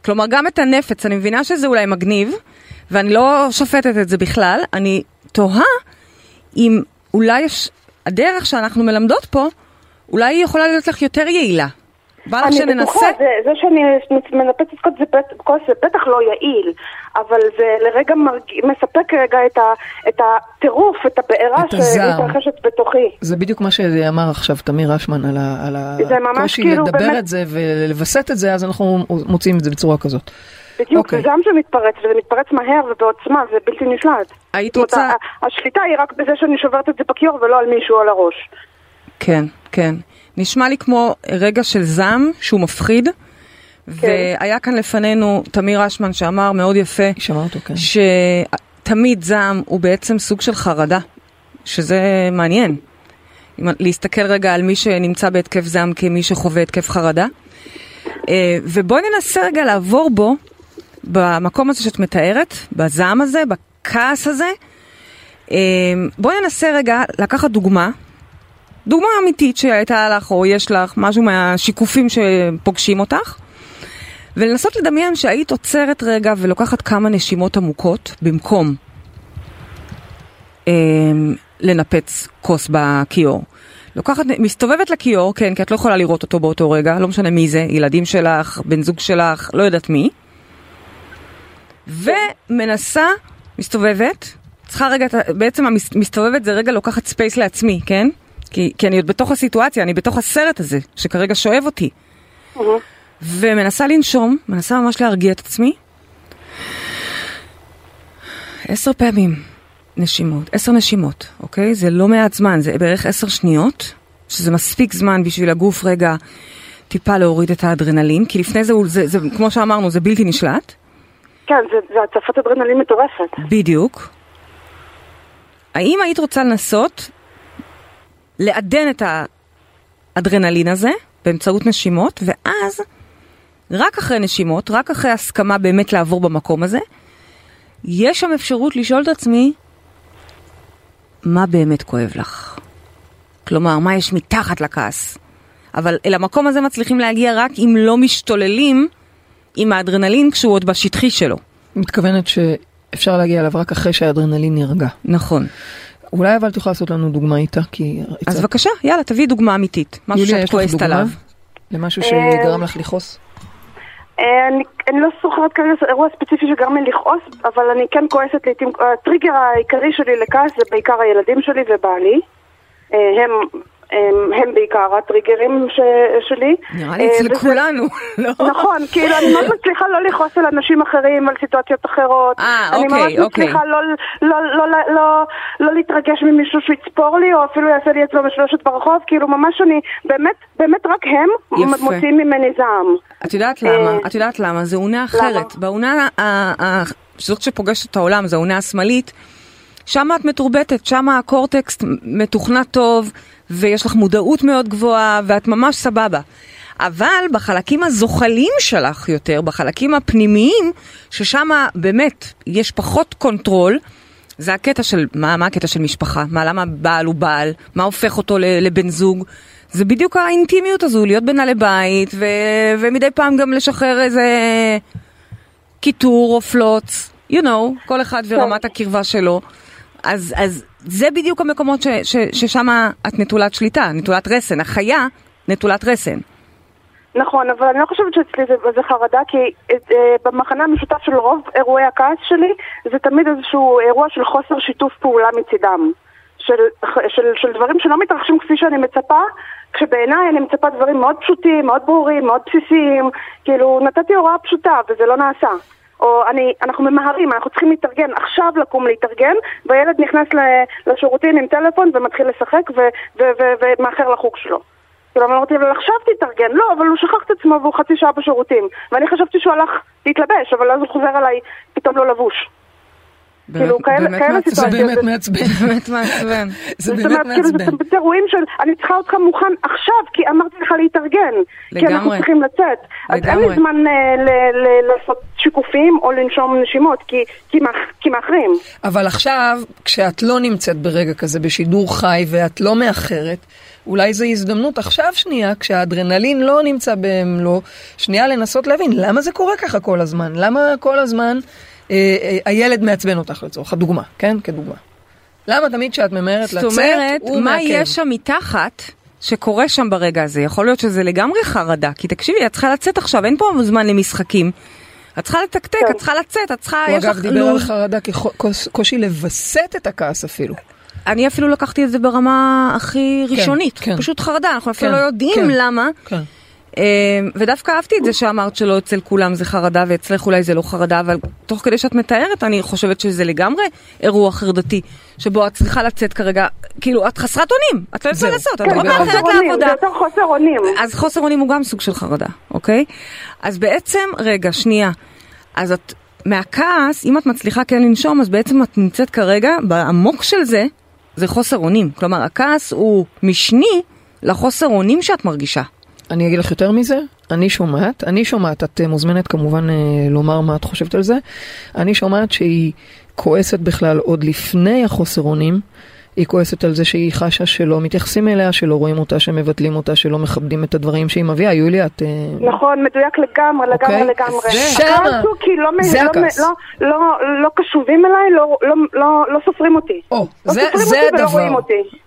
כלומר, גם את הנפץ, אני מבינה שזה אולי מגניב, ואני לא שופטת את זה בכלל, אני תוהה אם אולי יש, הדרך שאנחנו מלמדות פה, אולי היא יכולה להיות לך יותר יעילה. אני בטוחה, זה, זה שאני מנפצת כוס זה, כוס, זה בטח לא יעיל, אבל זה לרגע מרג... מספק רגע את, ה, את הטירוף, את הבעירה שמתרחשת בתוכי. זה בדיוק מה שאמר עכשיו תמיר אשמן על, ה, על הקושי כאילו לדבר באמת... את זה ולבסט את זה, אז אנחנו מוצאים את זה בצורה כזאת. בדיוק, okay. זה גם שמתפרץ, וזה מתפרץ מהר ובעוצמה, זה בלתי נשלט. היית רוצה... השליטה היא רק בזה שאני שוברת את זה בקיור ולא על מישהו על הראש. כן, כן. נשמע לי כמו רגע של זעם שהוא מפחיד, כן. והיה כאן לפנינו תמיר אשמן שאמר מאוד יפה, אותו, כן. שתמיד זעם הוא בעצם סוג של חרדה, שזה מעניין. להסתכל רגע על מי שנמצא בהתקף זעם כמי שחווה התקף חרדה, ובואי ננסה רגע לעבור בו, במקום הזה שאת מתארת, בזעם הזה, בכעס הזה, בואי ננסה רגע לקחת דוגמה, דוגמה אמיתית שהייתה לך או יש לך, משהו מהשיקופים שפוגשים אותך, ולנסות לדמיין שהיית עוצרת רגע ולוקחת כמה נשימות עמוקות במקום אה, לנפץ כוס בכיור. לוקחת, מסתובבת לכיור, כן, כי את לא יכולה לראות אותו באותו רגע, לא משנה מי זה, ילדים שלך, בן זוג שלך, לא יודעת מי, ומנסה, מסתובבת, צריכה רגע, בעצם המסתובבת זה רגע לוקחת ספייס לעצמי, כן? כי, כי אני עוד בתוך הסיטואציה, אני בתוך הסרט הזה, שכרגע שואב אותי. Mm-hmm. ומנסה לנשום, מנסה ממש להרגיע את עצמי. עשר פעמים נשימות, עשר נשימות, אוקיי? זה לא מעט זמן, זה בערך עשר שניות, שזה מספיק זמן בשביל הגוף רגע טיפה להוריד את האדרנלין, כי לפני זה, זה, זה, כמו שאמרנו, זה בלתי נשלט. כן, זה, זה הצפת אדרנלין מטורפת. בדיוק. האם היית רוצה לנסות לעדן את האדרנלין הזה באמצעות נשימות, ואז רק אחרי נשימות, רק אחרי הסכמה באמת לעבור במקום הזה, יש שם אפשרות לשאול את עצמי, מה באמת כואב לך? כלומר, מה יש מתחת לכעס? אבל אל המקום הזה מצליחים להגיע רק אם לא משתוללים עם האדרנלין כשהוא עוד בשטחי שלו. מתכוונת שאפשר להגיע אליו רק אחרי שהאדרנלין נרגע. נכון. אולי אבל תוכל לעשות לנו דוגמה איתה, כי... אז בבקשה, יאללה, תביא דוגמה אמיתית. משהו שאת כועסת עליו. למשהו שגרם לך לכעוס? אני לא זוכרת כרגע אירוע ספציפי שגרם לי לכעוס, אבל אני כן כועסת לעתים... הטריגר העיקרי שלי לכעס זה בעיקר הילדים שלי ובעלי. הם... הם בעיקר הטריגרים שלי. נראה לי אצל כולנו, לא? נכון, כאילו אני מאוד מצליחה לא לכעוס על אנשים אחרים, על סיטואציות אחרות. אה, אוקיי, אוקיי. אני מאוד מצליחה לא להתרגש ממישהו שיצפור לי, או אפילו יעשה לי אצלו משלושת ברחוב, כאילו ממש אני, באמת, באמת רק הם מוציאים ממני זעם. את יודעת למה? את יודעת למה? זה עונה אחרת. בעונה, שזאת שפוגשת את העולם, זה העונה השמאלית, שם את מתורבטת, שם הקורטקסט מתוכנת טוב, ויש לך מודעות מאוד גבוהה, ואת ממש סבבה. אבל בחלקים הזוחלים שלך יותר, בחלקים הפנימיים, ששם באמת יש פחות קונטרול, זה הקטע של, מה, מה הקטע של משפחה? מה, למה בעל הוא בעל? מה הופך אותו לבן זוג? זה בדיוק האינטימיות הזו, להיות בנה לבית, ו, ומדי פעם גם לשחרר איזה קיטור או פלוץ, you know, כל אחד ורמת הקרבה שלו. אז, אז זה בדיוק המקומות ש, ש, ששם את נטולת שליטה, נטולת רסן, החיה נטולת רסן. נכון, אבל אני לא חושבת שאצלי זה, זה חרדה, כי אה, במחנה המשותף של רוב אירועי הכעס שלי, זה תמיד איזשהו אירוע של חוסר שיתוף פעולה מצידם. של, של, של דברים שלא מתרחשים כפי שאני מצפה, כשבעיניי אני מצפה דברים מאוד פשוטים, מאוד ברורים, מאוד בסיסיים, כאילו נתתי הוראה פשוטה וזה לא נעשה. או אני, אנחנו ממהרים, אנחנו צריכים להתארגן, עכשיו לקום להתארגן, והילד נכנס לשירותים עם טלפון ומתחיל לשחק ומאחר לחוג שלו. כאילו אמרתי, אבל עכשיו תתארגן, לא, אבל הוא שכח את עצמו והוא חצי שעה בשירותים, ואני חשבתי שהוא הלך להתלבש, אבל אז הוא חוזר עליי פתאום לא לבוש. כאילו, זה באמת מעצבן. באמת מעצבן. זה באמת מעצבן. זה אירועים של, אני צריכה אותך מוכן עכשיו, כי אמרתי לך להתארגן. כי אנחנו צריכים לצאת. אז אין לי זמן לעשות שיקופים או לנשום נשימות, כי מאחרים. אבל עכשיו, כשאת לא נמצאת ברגע כזה בשידור חי, ואת לא מאחרת, אולי זו הזדמנות עכשיו שנייה, כשהאדרנלין לא נמצא במלוא, שנייה לנסות להבין, למה זה קורה ככה כל הזמן? למה כל הזמן אה, אה, הילד מעצבן אותך לצורך? הדוגמה, כן? כדוגמה. למה תמיד שאת ממהרת לצאת, זאת אומרת, הוא מה מעכב? יש שם מתחת שקורה שם ברגע הזה? יכול להיות שזה לגמרי חרדה, כי תקשיבי, את צריכה לצאת עכשיו, אין פה זמן למשחקים. את צריכה לתקתק, את צריכה לצאת, את צריכה, הוא יש אגב לך דיבר על לוז. חרדה כקושי לבסט את הכעס אפילו. אני אפילו לקחתי את זה ברמה הכי ראשונית. כן. פשוט חרדה, אנחנו אפילו כן, לא יודעים כן. למה. כן. אה, ודווקא אהבתי את זה שאמרת שלא אצל כולם זה חרדה, ואצלך אולי זה לא חרדה, אבל תוך כדי שאת מתארת, אני חושבת שזה לגמרי אירוע חרדתי, שבו את צריכה לצאת כרגע, כאילו, את חסרת אונים, את לא יכולה לעשות, את לא מאחרת לעבודה. זה יותר חוסר אונים. אז חוסר אונים הוא גם סוג של חרדה, אוקיי? אז בעצם, רגע, שנייה, אז את, מהכעס, אם את מצליחה כן לנשום, אז בעצם את נמצאת כרגע, בעמוק של זה, זה חוסר אונים. כלומר, הכעס הוא משני לחוסר אונים שאת מרגישה. אני אגיד לך יותר מזה, אני שומעת, אני שומעת, את מוזמנת כמובן לומר מה את חושבת על זה, אני שומעת שהיא כועסת בכלל עוד לפני החוסר אונים, היא כועסת על זה שהיא חשה שלא מתייחסים אליה, שלא רואים אותה, שמבטלים אותה, שלא מכבדים את הדברים שהיא מביאה. יוליה, את... נכון, מדויק לגמרי, לגמרי, לגמרי. שמה, זה הכעס. לא קשובים אליי, לא סופרים אותי. או, זה הדבר.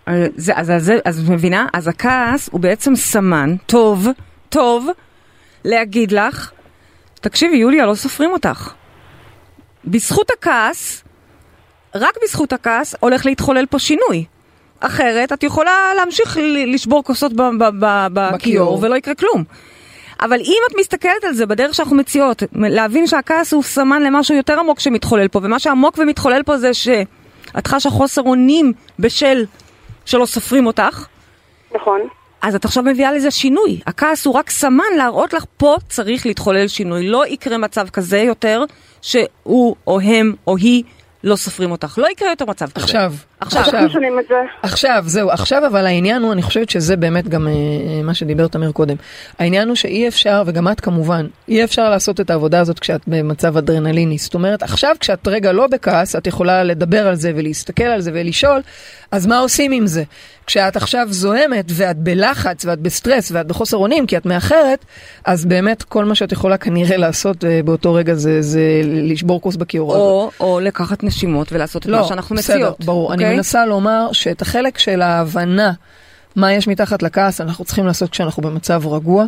אז מבינה, אז הכעס הוא בעצם סמן טוב, טוב, להגיד לך, תקשיבי, יוליה, לא סופרים אותך. בזכות הכעס, רק בזכות הכעס הולך להתחולל פה שינוי. אחרת, את יכולה להמשיך לשבור כוסות בכיור ולא יקרה כלום. אבל אם את מסתכלת על זה בדרך שאנחנו מציעות, להבין שהכעס הוא סמן למשהו יותר עמוק שמתחולל פה, ומה שעמוק ומתחולל פה זה שאת חשה חוסר אונים בשל שלא סופרים אותך. נכון. אז את עכשיו מביאה לזה שינוי. הכעס הוא רק סמן להראות לך פה צריך להתחולל שינוי. לא יקרה מצב כזה יותר שהוא או הם או היא לא סופרים אותך. לא יקרה יותר מצב כזה. עכשיו, עכשיו, עכשיו, עכשיו, זהו, עכשיו, אבל העניין הוא, אני חושבת שזה באמת גם מה שדיבר תמיר קודם. העניין הוא שאי אפשר, וגם את כמובן, אי אפשר לעשות את העבודה הזאת כשאת במצב אדרנליני. זאת אומרת, עכשיו כשאת רגע לא בכעס, את יכולה לדבר על זה ולהסתכל על זה ולשאול, אז מה עושים עם זה? כשאת עכשיו זוהמת ואת בלחץ ואת בסטרס ואת בחוסר אונים כי את מאחרת, אז באמת כל מה שאת יכולה כנראה לעשות באותו רגע זה, זה לשבור כוס בכיור. או, או לקחת נשימות ולעשות את לא, מה שאנחנו בסדר, מציעות. ברור. Okay? אני מנסה לומר שאת החלק של ההבנה מה יש מתחת לכעס אנחנו צריכים לעשות כשאנחנו במצב רגוע.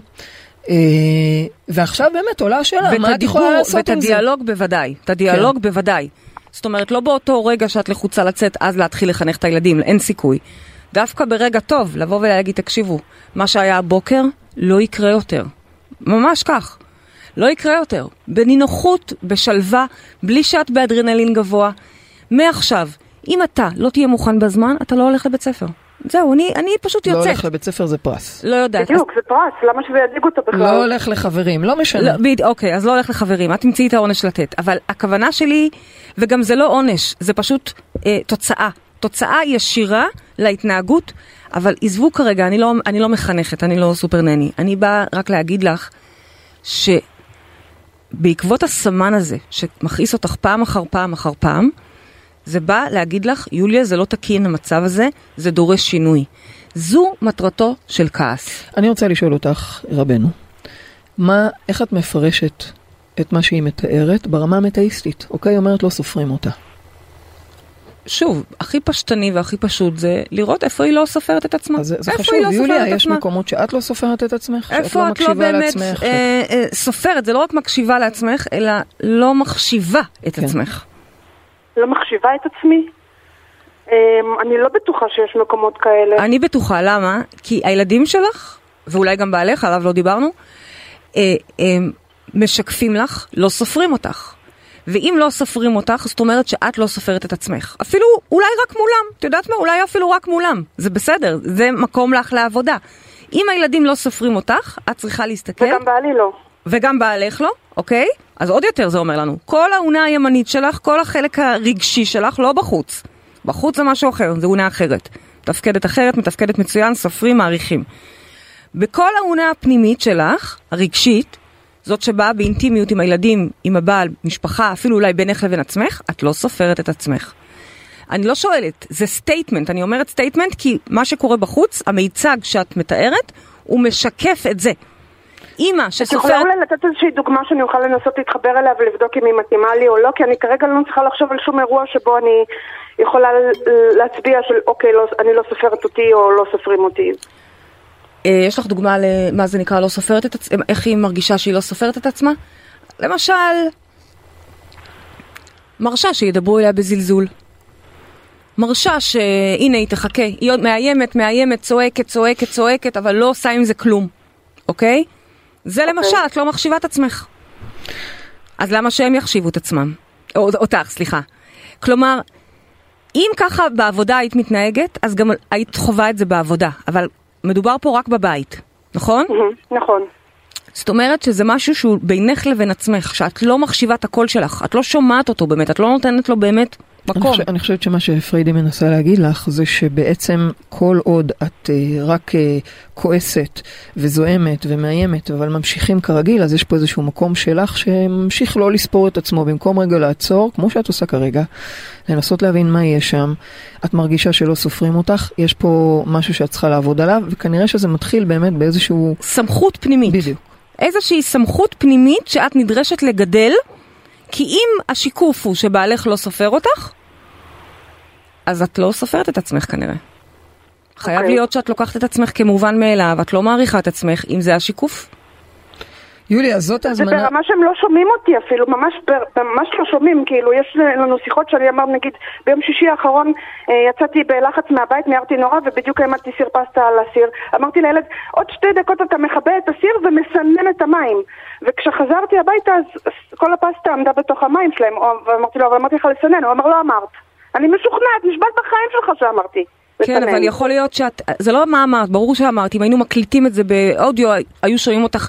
ועכשיו באמת עולה השאלה, מה את יכולה לעשות עם זה? ואת הדיאלוג בוודאי, את הדיאלוג כן. בוודאי. זאת אומרת, לא באותו רגע שאת לחוצה לצאת, אז להתחיל לחנך את הילדים, אין סיכוי. דווקא ברגע טוב, לבוא ולהגיד, תקשיבו, מה שהיה הבוקר לא יקרה יותר. ממש כך. לא יקרה יותר. בנינוחות, בשלווה, בלי שאת באדרנלין גבוה. מעכשיו, אם אתה לא תהיה מוכן בזמן, אתה לא הולך לבית ספר. זהו, אני, אני פשוט יוצאת. לא הולך לבית ספר זה פרס. לא יודעת. בדיוק, זה פרס, למה שזה ידיג אותו בכלל? לא הולך לחברים, לא משנה. לא, ביד, אוקיי, אז לא הולך לחברים, את תמצאי את העונש לתת. אבל הכוונה שלי, וגם זה לא עונש, זה פשוט אה, תוצאה. תוצאה ישירה להתנהגות, אבל עזבו כרגע, אני לא, אני לא מחנכת, אני לא סופר נני. אני באה רק להגיד לך שבעקבות הסמן הזה, שמכעיס אותך פעם אחר פעם אחר פעם, זה בא להגיד לך, יוליה, זה לא תקין המצב הזה, זה דורש שינוי. זו מטרתו של כעס. אני רוצה לשאול אותך, רבנו, מה, איך את מפרשת את מה שהיא מתארת ברמה המטאיסטית? אוקיי, אומרת לא סופרים אותה. שוב, הכי פשטני והכי פשוט זה לראות איפה היא לא סופרת את עצמה. אז זה חשוב, לא יוליה, יש עצמה? מקומות שאת לא סופרת את עצמך? איפה את לא, לא באמת לעצמך, אה, אה, סופרת, זה לא רק מקשיבה לעצמך, אלא לא מחשיבה את כן. עצמך. לא מחשיבה את עצמי? אני לא בטוחה שיש מקומות כאלה. אני בטוחה, למה? כי הילדים שלך, ואולי גם בעליך, עליו לא דיברנו, משקפים לך, לא סופרים אותך. ואם לא סופרים אותך, זאת אומרת שאת לא סופרת את עצמך. אפילו אולי רק מולם. את יודעת מה? אולי אפילו רק מולם. זה בסדר, זה מקום לך לעבודה. אם הילדים לא סופרים אותך, את צריכה להסתכל. וגם בעלי לא. וגם בעלך לא, אוקיי? אז עוד יותר זה אומר לנו. כל העונה הימנית שלך, כל החלק הרגשי שלך, לא בחוץ. בחוץ זה משהו אחר, זה עונה אחרת. מתפקדת אחרת, מתפקדת מצוין, סופרים, מעריכים. בכל העונה הפנימית שלך, הרגשית, זאת שבאה באינטימיות עם הילדים, עם הבעל, משפחה, אפילו אולי בינך לבין עצמך, את לא סופרת את עצמך. אני לא שואלת, זה סטייטמנט, אני אומרת סטייטמנט כי מה שקורה בחוץ, המיצג שאת מתארת, הוא משקף את זה. אמא שסופרת... את יכולה אולי לתת איזושהי דוגמה שאני אוכל לנסות להתחבר אליה ולבדוק אם היא מתאימה לי או לא, כי אני כרגע לא צריכה לחשוב על שום אירוע שבו אני יכולה להצביע של אוקיי, לא, אני לא סופרת אותי או לא סופרים אותי. יש לך דוגמה למה זה נקרא לא סופרת את עצמה? איך היא מרגישה שהיא לא סופרת את עצמה? למשל, מרשה שידברו אליה בזלזול. מרשה שהנה היא תחכה, היא עוד מאיימת, מאיימת, צועקת, צועקת, צועקת, אבל לא עושה עם זה כלום. אוקיי? זה למשל, את לא מחשיבה את עצמך. אז למה שהם יחשיבו את עצמם? או, אותך, סליחה. כלומר, אם ככה בעבודה היית מתנהגת, אז גם היית חובה את זה בעבודה. אבל מדובר פה רק בבית, נכון? נכון. זאת אומרת שזה משהו שהוא בינך לבין עצמך, שאת לא מחשיבה את הקול שלך, את לא שומעת אותו באמת, את לא נותנת לו באמת מקום. אני, חושב, אני חושבת שמה שפריידי מנסה להגיד לך, זה שבעצם כל עוד את uh, רק uh, כועסת וזועמת ומאיימת, אבל ממשיכים כרגיל, אז יש פה איזשהו מקום שלך שממשיך לא לספור את עצמו, במקום רגע לעצור, כמו שאת עושה כרגע, לנסות להבין מה יש שם, את מרגישה שלא סופרים אותך, יש פה משהו שאת צריכה לעבוד עליו, וכנראה שזה מתחיל באמת באיזשהו... סמכות פנימית. בדיוק. איזושהי סמכות פנימית שאת נדרשת לגדל, כי אם השיקוף הוא שבעלך לא סופר אותך, אז את לא סופרת את עצמך כנראה. Okay. חייב להיות שאת לוקחת את עצמך כמובן מאליו, את לא מעריכה את עצמך, אם זה השיקוף. יוליה, זאת הזמנה... זה ברמה שהם לא שומעים אותי אפילו, ממש, ממש לא שומעים, כאילו יש לנו שיחות שאני אמר, נגיד, ביום שישי האחרון יצאתי בלחץ מהבית, מיהרתי נורא, ובדיוק העמדתי סיר פסטה על הסיר. אמרתי לילד, עוד שתי דקות אתה מכבה את הסיר ומסנן את המים. וכשחזרתי הביתה, אז כל הפסטה עמדה בתוך המים שלהם, ואמרתי לו, אבל אמרתי לך לסנן, הוא אמר, לא אמרת. אני משוכנעת, נשבעת בחיים שלך שאמרתי. כן, אבל יכול להיות שאת, זה לא מה אמרת, ברור שאמרת, אם היינו מקליטים את זה באודיו, היו שומעים אותך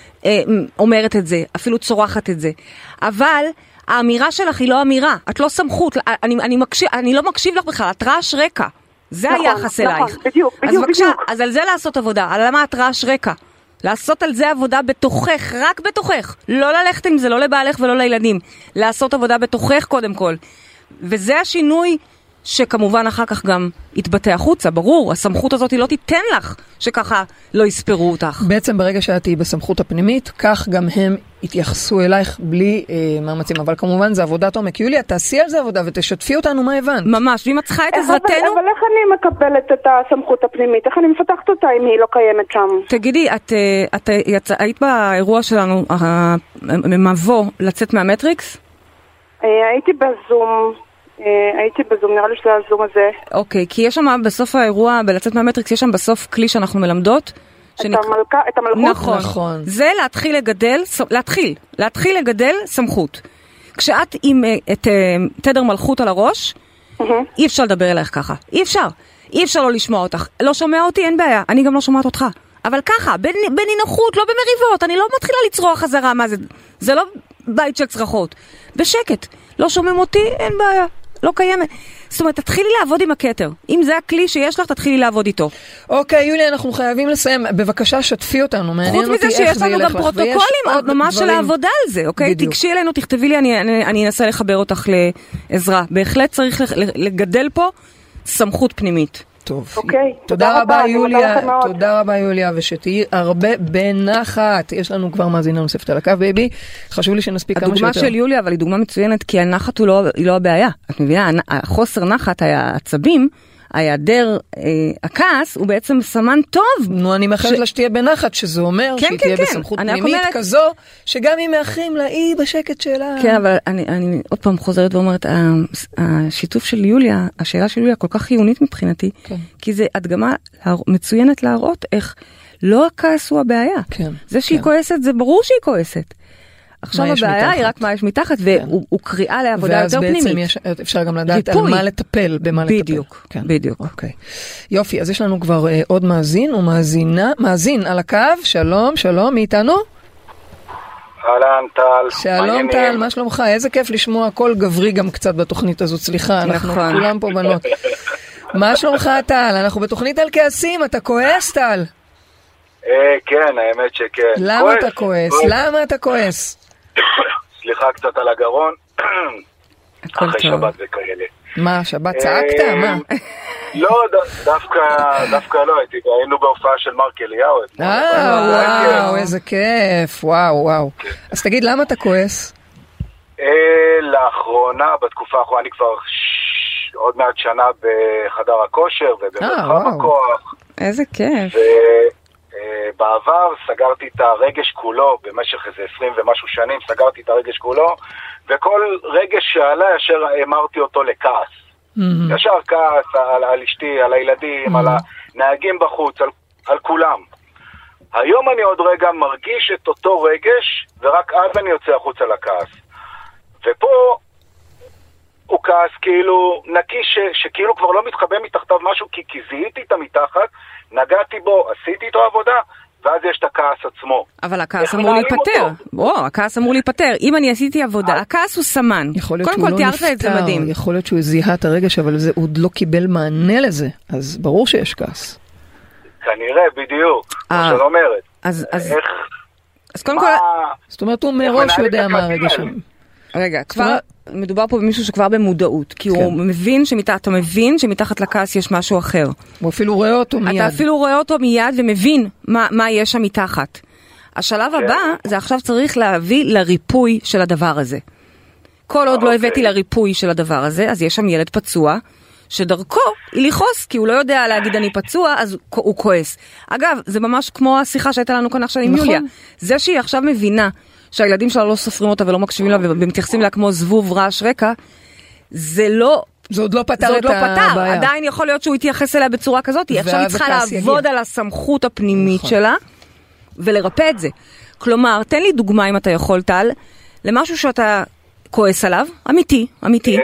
אומרת את זה, אפילו צורחת את זה. אבל האמירה שלך היא לא אמירה, את לא סמכות, אני, אני, מקשיב, אני לא מקשיב לך בכלל, את רעש רקע. זה נכון, היחס נכון, אלייך. בדיוק, אז בדיוק, בבקשה, בדיוק. אז על זה לעשות עבודה, על למה את רעש רקע. לעשות על זה עבודה בתוכך, רק בתוכך. לא ללכת עם זה, לא לבעלך ולא לילדים. לעשות עבודה בתוכך קודם כל. וזה השינוי שכמובן אחר כך גם יתבטא החוצה, ברור, הסמכות הזאת היא לא תיתן לך שככה לא יספרו אותך. בעצם ברגע שאת היא בסמכות הפנימית, כך גם הם יתייחסו אלייך בלי אה, מאמצים, אבל כמובן זה עבודת עומק. יוליה, תעשי על זה עבודה ותשתפי אותנו מה הבנת. ממש, ואם את צריכה את עזרתנו... אבל, אבל איך אני מקבלת את הסמכות הפנימית? איך אני מפתחת אותה אם היא לא קיימת שם? תגידי, את, את, את היית באירוע שלנו, המבוא לצאת מהמטריקס? הייתי בזום... הייתי בזום, נראה לי שזה הזום הזה. אוקיי, כי יש שם בסוף האירוע, בלצאת מהמטריקס, יש שם בסוף כלי שאנחנו מלמדות. את המלכה, את המלכות? נכון. נכון. זה להתחיל לגדל, להתחיל, להתחיל לגדל סמכות. כשאת עם את תדר מלכות על הראש, אי אפשר לדבר אלייך ככה. אי אפשר. אי אפשר לא לשמוע אותך. לא שומע אותי, אין בעיה. אני גם לא שומעת אותך. אבל ככה, בנינוחות, לא במריבות. אני לא מתחילה לצרוח חזרה. מה זה? זה לא בית של צרחות. בשקט. לא שומעים אותי, אין בעיה. לא קיימת. זאת אומרת, תתחילי לעבוד עם הכתר. אם זה הכלי שיש לך, תתחילי לעבוד איתו. אוקיי, יוליה, אנחנו חייבים לסיים. בבקשה, שתפי אותנו. מעניין אותי איך זה ילך לך. חוץ מזה שיש לנו גם פרוטוקולים, ממש של העבודה על זה, אוקיי? תקשי אלינו, תכתבי לי, אני, אני, אני אנסה לחבר אותך לעזרה. בהחלט צריך לגדל פה סמכות פנימית. טוב. אוקיי. תודה רבה, יוליה. תודה רבה, יוליה, ושתהי הרבה בנחת. יש לנו כבר מאזינה נוספת על הקו, בייבי. חשוב לי שנספיק כמה שיותר. הדוגמה של יוליה, אבל היא דוגמה מצוינת, כי הנחת היא לא הבעיה. את מבינה, החוסר נחת, ההעצבים, היעדר הכעס, הוא בעצם סמן טוב. נו, אני מאחלת לה שתהיה בנחת, שזה אומר שהיא תהיה בסמכות פנימית כזו, שגם אם מאחרים לה, היא בשקט שלה. כן, אבל אני עוד פעם חוזרת ואומרת, השיתוף של יוליה, השאלה של יוליה כל כך חיונית מבחינתי, כי זה הדגמה מצוינת להראות איך לא הכעס הוא הבעיה. זה שהיא כועסת, זה ברור שהיא כועסת. עכשיו הבעיה היא רק מה יש מתחת, והוא קריאה לעבודה יותר פנימית. ואז בעצם אפשר גם לדעת על מה לטפל, במה לטפל. בדיוק, בדיוק. יופי, אז יש לנו כבר עוד מאזין או מאזינה, מאזין על הקו, שלום, שלום, מי איתנו? אהלן, טל. שלום טל, מה שלומך? איזה כיף לשמוע קול גברי גם קצת בתוכנית הזאת, סליחה, אנחנו כולם פה בנות. מה שלומך טל? אנחנו בתוכנית על כעסים, אתה כועס טל? כן, האמת שכן. למה אתה כועס? למה אתה כועס? סליחה קצת על הגרון. אחרי שבת וכאלה. מה, שבת צעקת? מה? לא, דווקא לא, היינו בהופעה של מרק אליהו. אה, וואו, איזה כיף, וואו, וואו. אז תגיד, למה אתה כועס? לאחרונה, בתקופה האחרונה, אני כבר עוד מעט שנה בחדר הכושר ובמרחב הכוח. איזה כיף. ובעבר סגרתי את הרגש כולו, במשך איזה עשרים ומשהו שנים, סגרתי את הרגש כולו, וכל רגש שעלה, ישר אמרתי אותו לכעס. Mm-hmm. ישר כעס על, על אשתי, על הילדים, mm-hmm. על הנהגים בחוץ, על, על כולם. היום אני עוד רגע מרגיש את אותו רגש, ורק אז אני יוצא החוץ על הכעס. ופה הוא כעס כאילו נקי, ש, שכאילו כבר לא מתחבא מתחתיו משהו, כי, כי זיהיתי את המתחת, נגעתי בו, עשיתי איתו עבודה, ואז יש את הכעס עצמו. אבל הכעס אמור להיפטר. בוא, הכעס אמור להיפטר. אם אני עשיתי עבודה, הכעס הוא סמן. קודם כל תיארת את זה מדהים. יכול להיות שהוא זיהה את הרגש, אבל הוא עוד לא קיבל מענה לזה. אז ברור שיש כעס. כנראה, בדיוק. כמו שאת אומרת. אז אז קודם כל... זאת אומרת, הוא מראש יודע מה הרגש שם. רגע, כבר מדובר פה במישהו שכבר במודעות, כי הוא מבין שמתחת, אתה מבין שמתחת לכעס יש משהו אחר. הוא אפילו רואה אותו מיד. אתה אפילו רואה אותו מיד ומבין מה, מה יש שם מתחת. השלב הבא, זה עכשיו צריך להביא לריפוי של הדבר הזה. כל עוד לא הבאתי לריפוי של הדבר הזה, אז יש שם ילד פצוע, שדרכו היא לכעוס, כי הוא לא יודע להגיד אני פצוע, אז הוא כועס. אגב, זה ממש כמו השיחה שהייתה לנו כאן עכשיו עם יוליה. זה שהיא עכשיו מבינה שהילדים שלה לא סופרים אותה ולא מקשיבים לה ומתייחסים לה כמו זבוב רעש רקע, זה לא... זה עוד לא פתר את הבעיה. עדיין יכול להיות שהוא יתייחס אליה בצורה כזאת, היא עכשיו צריכה לעבוד על הסמכות הפנימית שלה, ולרפא את זה. כלומר, תן לי דוגמה אם אתה יכול, טל, למשהו שאתה כועס עליו, אמיתי, אמיתי.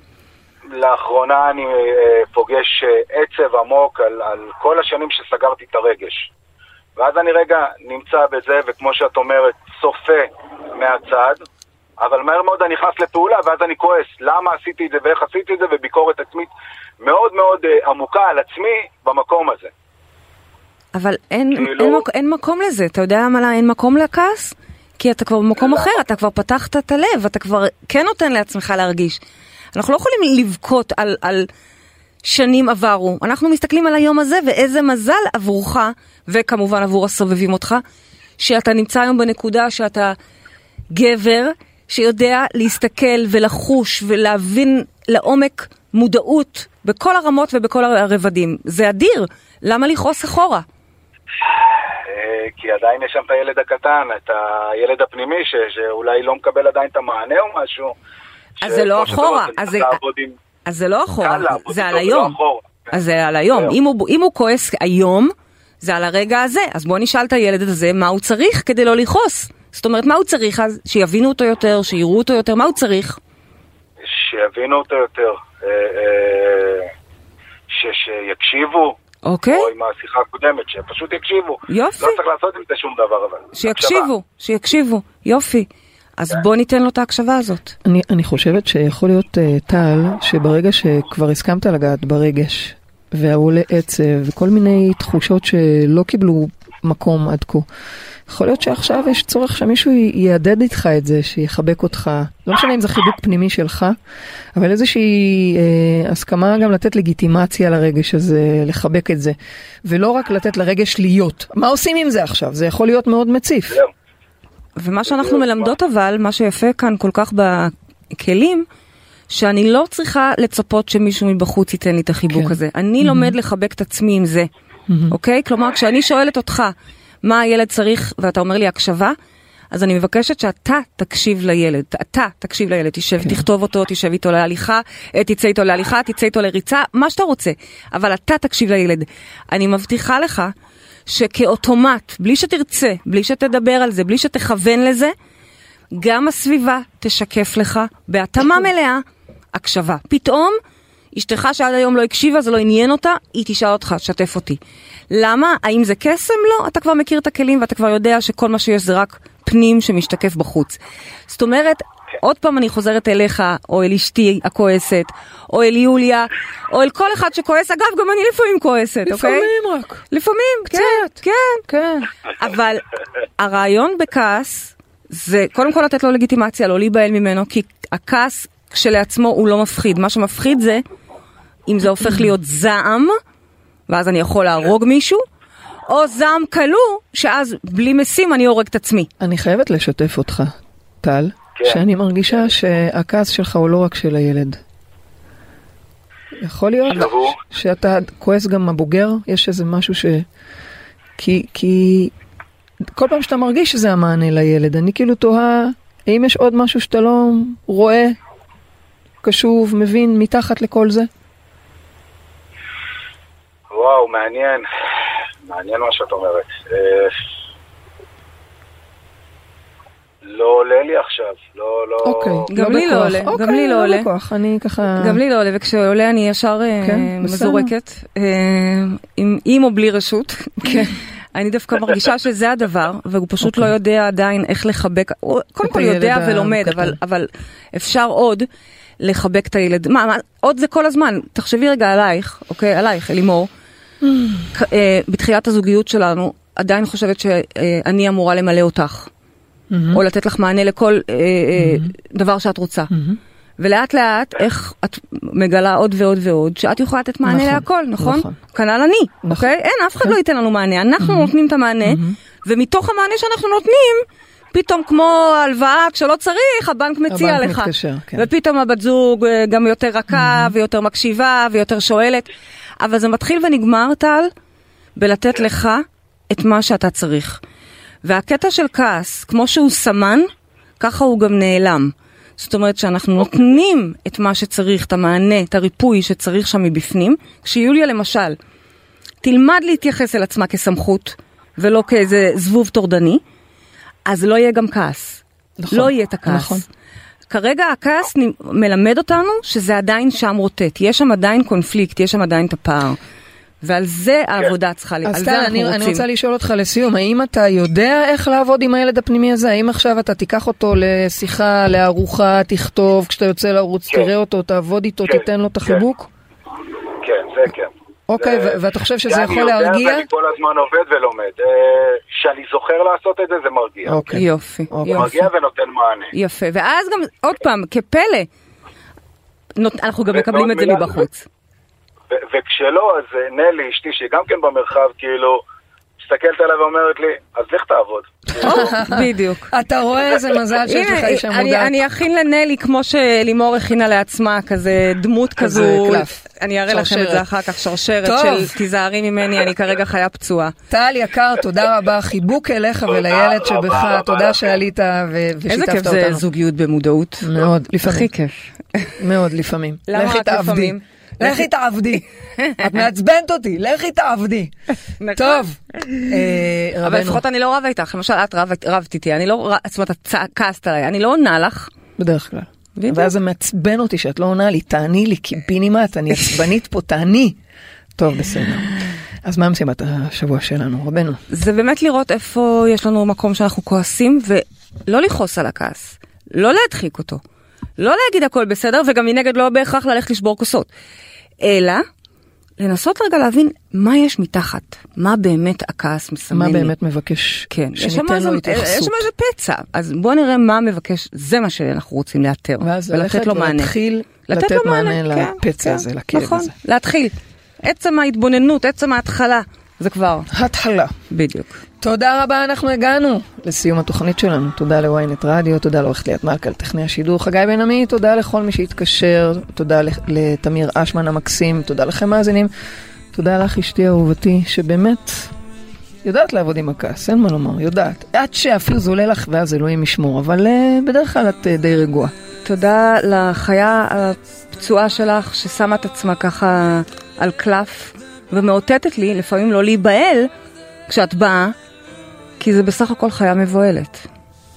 לאחרונה אני פוגש עצב עמוק על, על כל השנים שסגרתי את הרגש. ואז אני רגע נמצא בזה, וכמו שאת אומרת, צופה מהצד, אבל מהר מאוד אני נכנס לפעולה, ואז אני כועס. למה עשיתי את זה ואיך עשיתי את זה, וביקורת עצמית מאוד מאוד עמוקה על עצמי במקום הזה. אבל אין, כאילו... אין, אין מקום לזה. אתה יודע למה אין מקום לכעס? כי אתה כבר במקום אחר, אתה כבר פתחת את הלב, אתה כבר כן נותן לעצמך להרגיש. אנחנו לא יכולים לבכות על, על שנים עברו. אנחנו מסתכלים על היום הזה, ואיזה מזל עבורך, וכמובן עבור הסובבים אותך, שאתה נמצא היום בנקודה שאתה גבר, שיודע להסתכל ולחוש ולהבין לעומק מודעות בכל הרמות ובכל הרבדים. זה אדיר. למה לכעוס אחורה? כי עדיין יש שם את הילד הקטן, את הילד הפנימי, שאולי לא מקבל עדיין את המענה או משהו. אז זה לא אחורה. אז זה לא אחורה. זה על היום. אז זה על היום. אם הוא כועס היום, זה על הרגע הזה. אז בוא נשאל את הילד הזה מה הוא צריך כדי לא לכעוס. זאת אומרת, מה הוא צריך אז? שיבינו אותו יותר, שיראו אותו יותר, מה הוא צריך? שיבינו אותו יותר. שיקשיבו. אוקיי. או עם השיחה הקודמת, שפשוט יקשיבו. יופי. לא צריך לעשות עם זה שום דבר, אבל... שיקשיבו, שיקשיבו. יופי. אז בוא ניתן לו את ההקשבה הזאת. אני, אני חושבת שיכול להיות, טל, שברגע שכבר הסכמת לגעת ברגש, והוא לעצב, וכל מיני תחושות שלא קיבלו מקום עד כה, יכול להיות שעכשיו יש צורך שמישהו יעדד איתך את זה, שיחבק אותך. לא משנה אם זה חיבוק פנימי שלך, אבל איזושהי אה, הסכמה גם לתת לגיטימציה לרגש הזה, לחבק את זה. ולא רק לתת לרגש להיות. מה עושים עם זה עכשיו? זה יכול להיות מאוד מציף. ומה שאנחנו מלמדות אבל, מה שיפה כאן כל כך בכלים, שאני לא צריכה לצפות שמישהו מבחוץ ייתן לי את החיבוק הזה. אני לומד לחבק את עצמי עם זה. אוקיי? כלומר, כשאני שואלת אותך, מה הילד צריך, ואתה אומר לי הקשבה, אז אני מבקשת שאתה תקשיב לילד, אתה תקשיב לילד, תשב, כן. תכתוב אותו, תשב איתו להליכה, תצא איתו להליכה, תצא איתו לריצה, מה שאתה רוצה, אבל אתה תקשיב לילד. אני מבטיחה לך שכאוטומט, בלי שתרצה, בלי שתדבר על זה, בלי שתכוון לזה, גם הסביבה תשקף לך בהתאמה מלאה הקשבה. פתאום אשתך שעד היום לא הקשיבה, זה לא עניין אותה, היא תשאל אותך, שתף אותי. למה? האם זה קסם? לא. אתה כבר מכיר את הכלים ואתה כבר יודע שכל מה שיש זה רק פנים שמשתקף בחוץ. זאת אומרת, עוד פעם אני חוזרת אליך, או אל אשתי הכועסת, או אל יוליה, או אל כל אחד שכועס. אגב, גם אני לפעמים כועסת, אוקיי? לפעמים רק. לפעמים, קצת. כן, כן, כן. אבל הרעיון בכעס, זה קודם כל לתת לו לגיטימציה, לא להיבהל ממנו, כי הכעס כשלעצמו הוא לא מפחיד. מה שמפחיד זה, אם זה הופך להיות זעם, ואז אני יכול להרוג מישהו, או זעם קלו, שאז בלי משים אני הורג את עצמי. אני חייבת לשתף אותך, טל, כן. שאני מרגישה שהכעס שלך הוא לא רק של הילד. יכול להיות ש... שאתה כועס גם הבוגר, יש איזה משהו ש... כי, כי כל פעם שאתה מרגיש שזה המענה לילד, אני כאילו תוהה, האם יש עוד משהו שאתה לא רואה, קשוב, מבין, מתחת לכל זה? וואו, מעניין. מעניין מה שאת אומרת. לא עולה לי עכשיו, לא, לא... אוקיי, גם לי לא עולה, גם לי לא עולה. אני ככה... גם לי לא עולה, וכשעולה אני ישר מזורקת, עם או בלי רשות. אני דווקא מרגישה שזה הדבר, והוא פשוט לא יודע עדיין איך לחבק, קודם כל יודע ולומד, אבל אפשר עוד לחבק את הילד. מה, עוד זה כל הזמן, תחשבי רגע עלייך, אוקיי, עלייך, אלימור, בתחילת הזוגיות שלנו, עדיין חושבת שאני אמורה למלא אותך. או לתת לך מענה לכל דבר שאת רוצה. ולאט לאט, איך את מגלה עוד ועוד ועוד, שאת יכולה לתת מענה להכל, נכון? כנ"ל אני, אוקיי? אין, אף אחד לא ייתן לנו מענה. אנחנו נותנים את המענה, ומתוך המענה שאנחנו נותנים, פתאום כמו הלוואה, כשלא צריך, הבנק מציע לך. ופתאום הבת זוג גם יותר רכה, ויותר מקשיבה, ויותר שואלת. אבל זה מתחיל ונגמר, טל, בלתת לך את מה שאתה צריך. והקטע של כעס, כמו שהוא סמן, ככה הוא גם נעלם. זאת אומרת שאנחנו נותנים את מה שצריך, את המענה, את הריפוי שצריך שם מבפנים. כשיוליה למשל, תלמד להתייחס אל עצמה כסמכות, ולא כאיזה זבוב תורדני, אז לא יהיה גם כעס. נכון, לא יהיה את הכעס. נכון. כרגע הכעס מלמד אותנו שזה עדיין שם רוטט. יש שם עדיין קונפליקט, יש שם עדיין את הפער. ועל זה העבודה צריכה, על זה אנחנו רוצים. אני רוצה לשאול אותך לסיום, האם אתה יודע איך לעבוד עם הילד הפנימי הזה? האם עכשיו אתה תיקח אותו לשיחה, לארוחה, תכתוב, כשאתה יוצא לערוץ, תראה אותו, תעבוד איתו, תיתן לו את החיבוק? כן, זה כן. אוקיי, ואתה חושב שזה יכול להרגיע? אני כל הזמן עובד ולומד. שאני זוכר לעשות את זה, זה מרגיע. יופי. מרגיע ונותן מענה. יפה, ואז גם, עוד פעם, כפלא, אנחנו גם מקבלים את זה מבחוץ. וכשלא, אז נלי, אשתי, שהיא גם כן במרחב, כאילו, מסתכלת עליו ואומרת לי, אז לך תעבוד. בדיוק. אתה רואה איזה מזל שיש לך אישה מודעת. אני אכין לנלי, כמו שלימור הכינה לעצמה, כזה דמות כזו. אני אראה לכם את זה אחר כך, שרשרת של תיזהרי ממני, אני כרגע חיה פצועה. טל יקר, תודה רבה, חיבוק אליך ולילד שבך, תודה שעלית ושיתפת אותנו. איזה כיף זה זוגיות במודעות. מאוד, לפעמים. הכי כיף. מאוד לפעמים. למה רק לפעמים? לכי תעבדי. את מעצבנת אותי, לכי תעבדי. טוב. אבל לפחות אני לא רבה איתך. למשל, את רבת איתי. אני לא, זאת אומרת, את כעסת עליי. אני לא עונה לך. בדרך כלל. ואז זה מעצבן אותי שאת לא עונה לי. תעני לי, קיבינימט, אני עצבנית פה, תעני. טוב, בסדר. אז מה משימת השבוע שלנו, רבנו? זה באמת לראות איפה יש לנו מקום שאנחנו כועסים, ולא לכעוס על הכעס. לא להדחיק אותו. לא להגיד הכל בסדר, וגם מנגד לא בהכרח ללכת לשבור כוסות. אלא, לנסות רגע להבין מה יש מתחת. מה באמת הכעס מסמן לי. מה באמת מבקש כן, שניתן לו התייחסות. יש שם איזה פצע. אז בואו נראה מה מבקש, זה מה שאנחנו רוצים לאתר. ולתת לו מענה. להתחיל לתת מענה לפצע הזה, לכאב הזה. נכון, להתחיל. עצם ההתבוננות, עצם ההתחלה. זה כבר. התחלה. בדיוק. תודה רבה, אנחנו הגענו לסיום התוכנית שלנו. תודה לוויינט רדיו, תודה לעורכת ליאת מלכה, לטכנאי השידור חגי בן עמי, תודה לכל מי שהתקשר, תודה לתמיר אשמן המקסים, תודה לכם מאזינים, תודה לך אשתי אהובתי, שבאמת יודעת לעבוד עם הכעס, אין מה לומר, יודעת. עד שאפילו זה עולה לך ואז אלוהים ישמור, אבל בדרך כלל את די רגועה. תודה לחיה הפצועה שלך ששמה את עצמה ככה על קלף ומאותתת לי, לפעמים לא להיבהל כשאת באה, כי זה בסך הכל חיה מבועלת.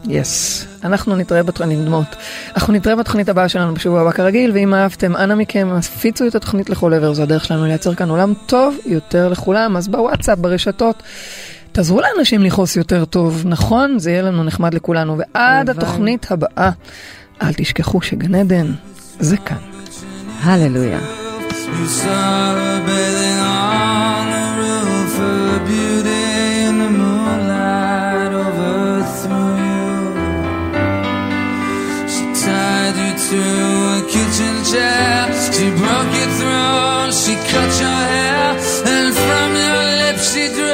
יס, yes. אנחנו נתראה בתוכנית דמות. אנחנו נתראה בתוכנית הבאה שלנו בשבוע הבא כרגיל, ואם אהבתם, אנא מכם, הפיצו את התוכנית לכל עבר, זו הדרך שלנו לייצר כאן עולם טוב יותר לכולם, אז בוואטסאפ, ברשתות, תעזרו לאנשים לכעוס יותר טוב, נכון? זה יהיה לנו נחמד לכולנו, ועד התוכנית הבאה, אל תשכחו שגן עדן, זה כאן. הללויה. You saw her bathing on the roof, her beauty in the moonlight overthrew you. She tied you to a kitchen chair, she broke your throat, she cut your hair, and from your lips she drew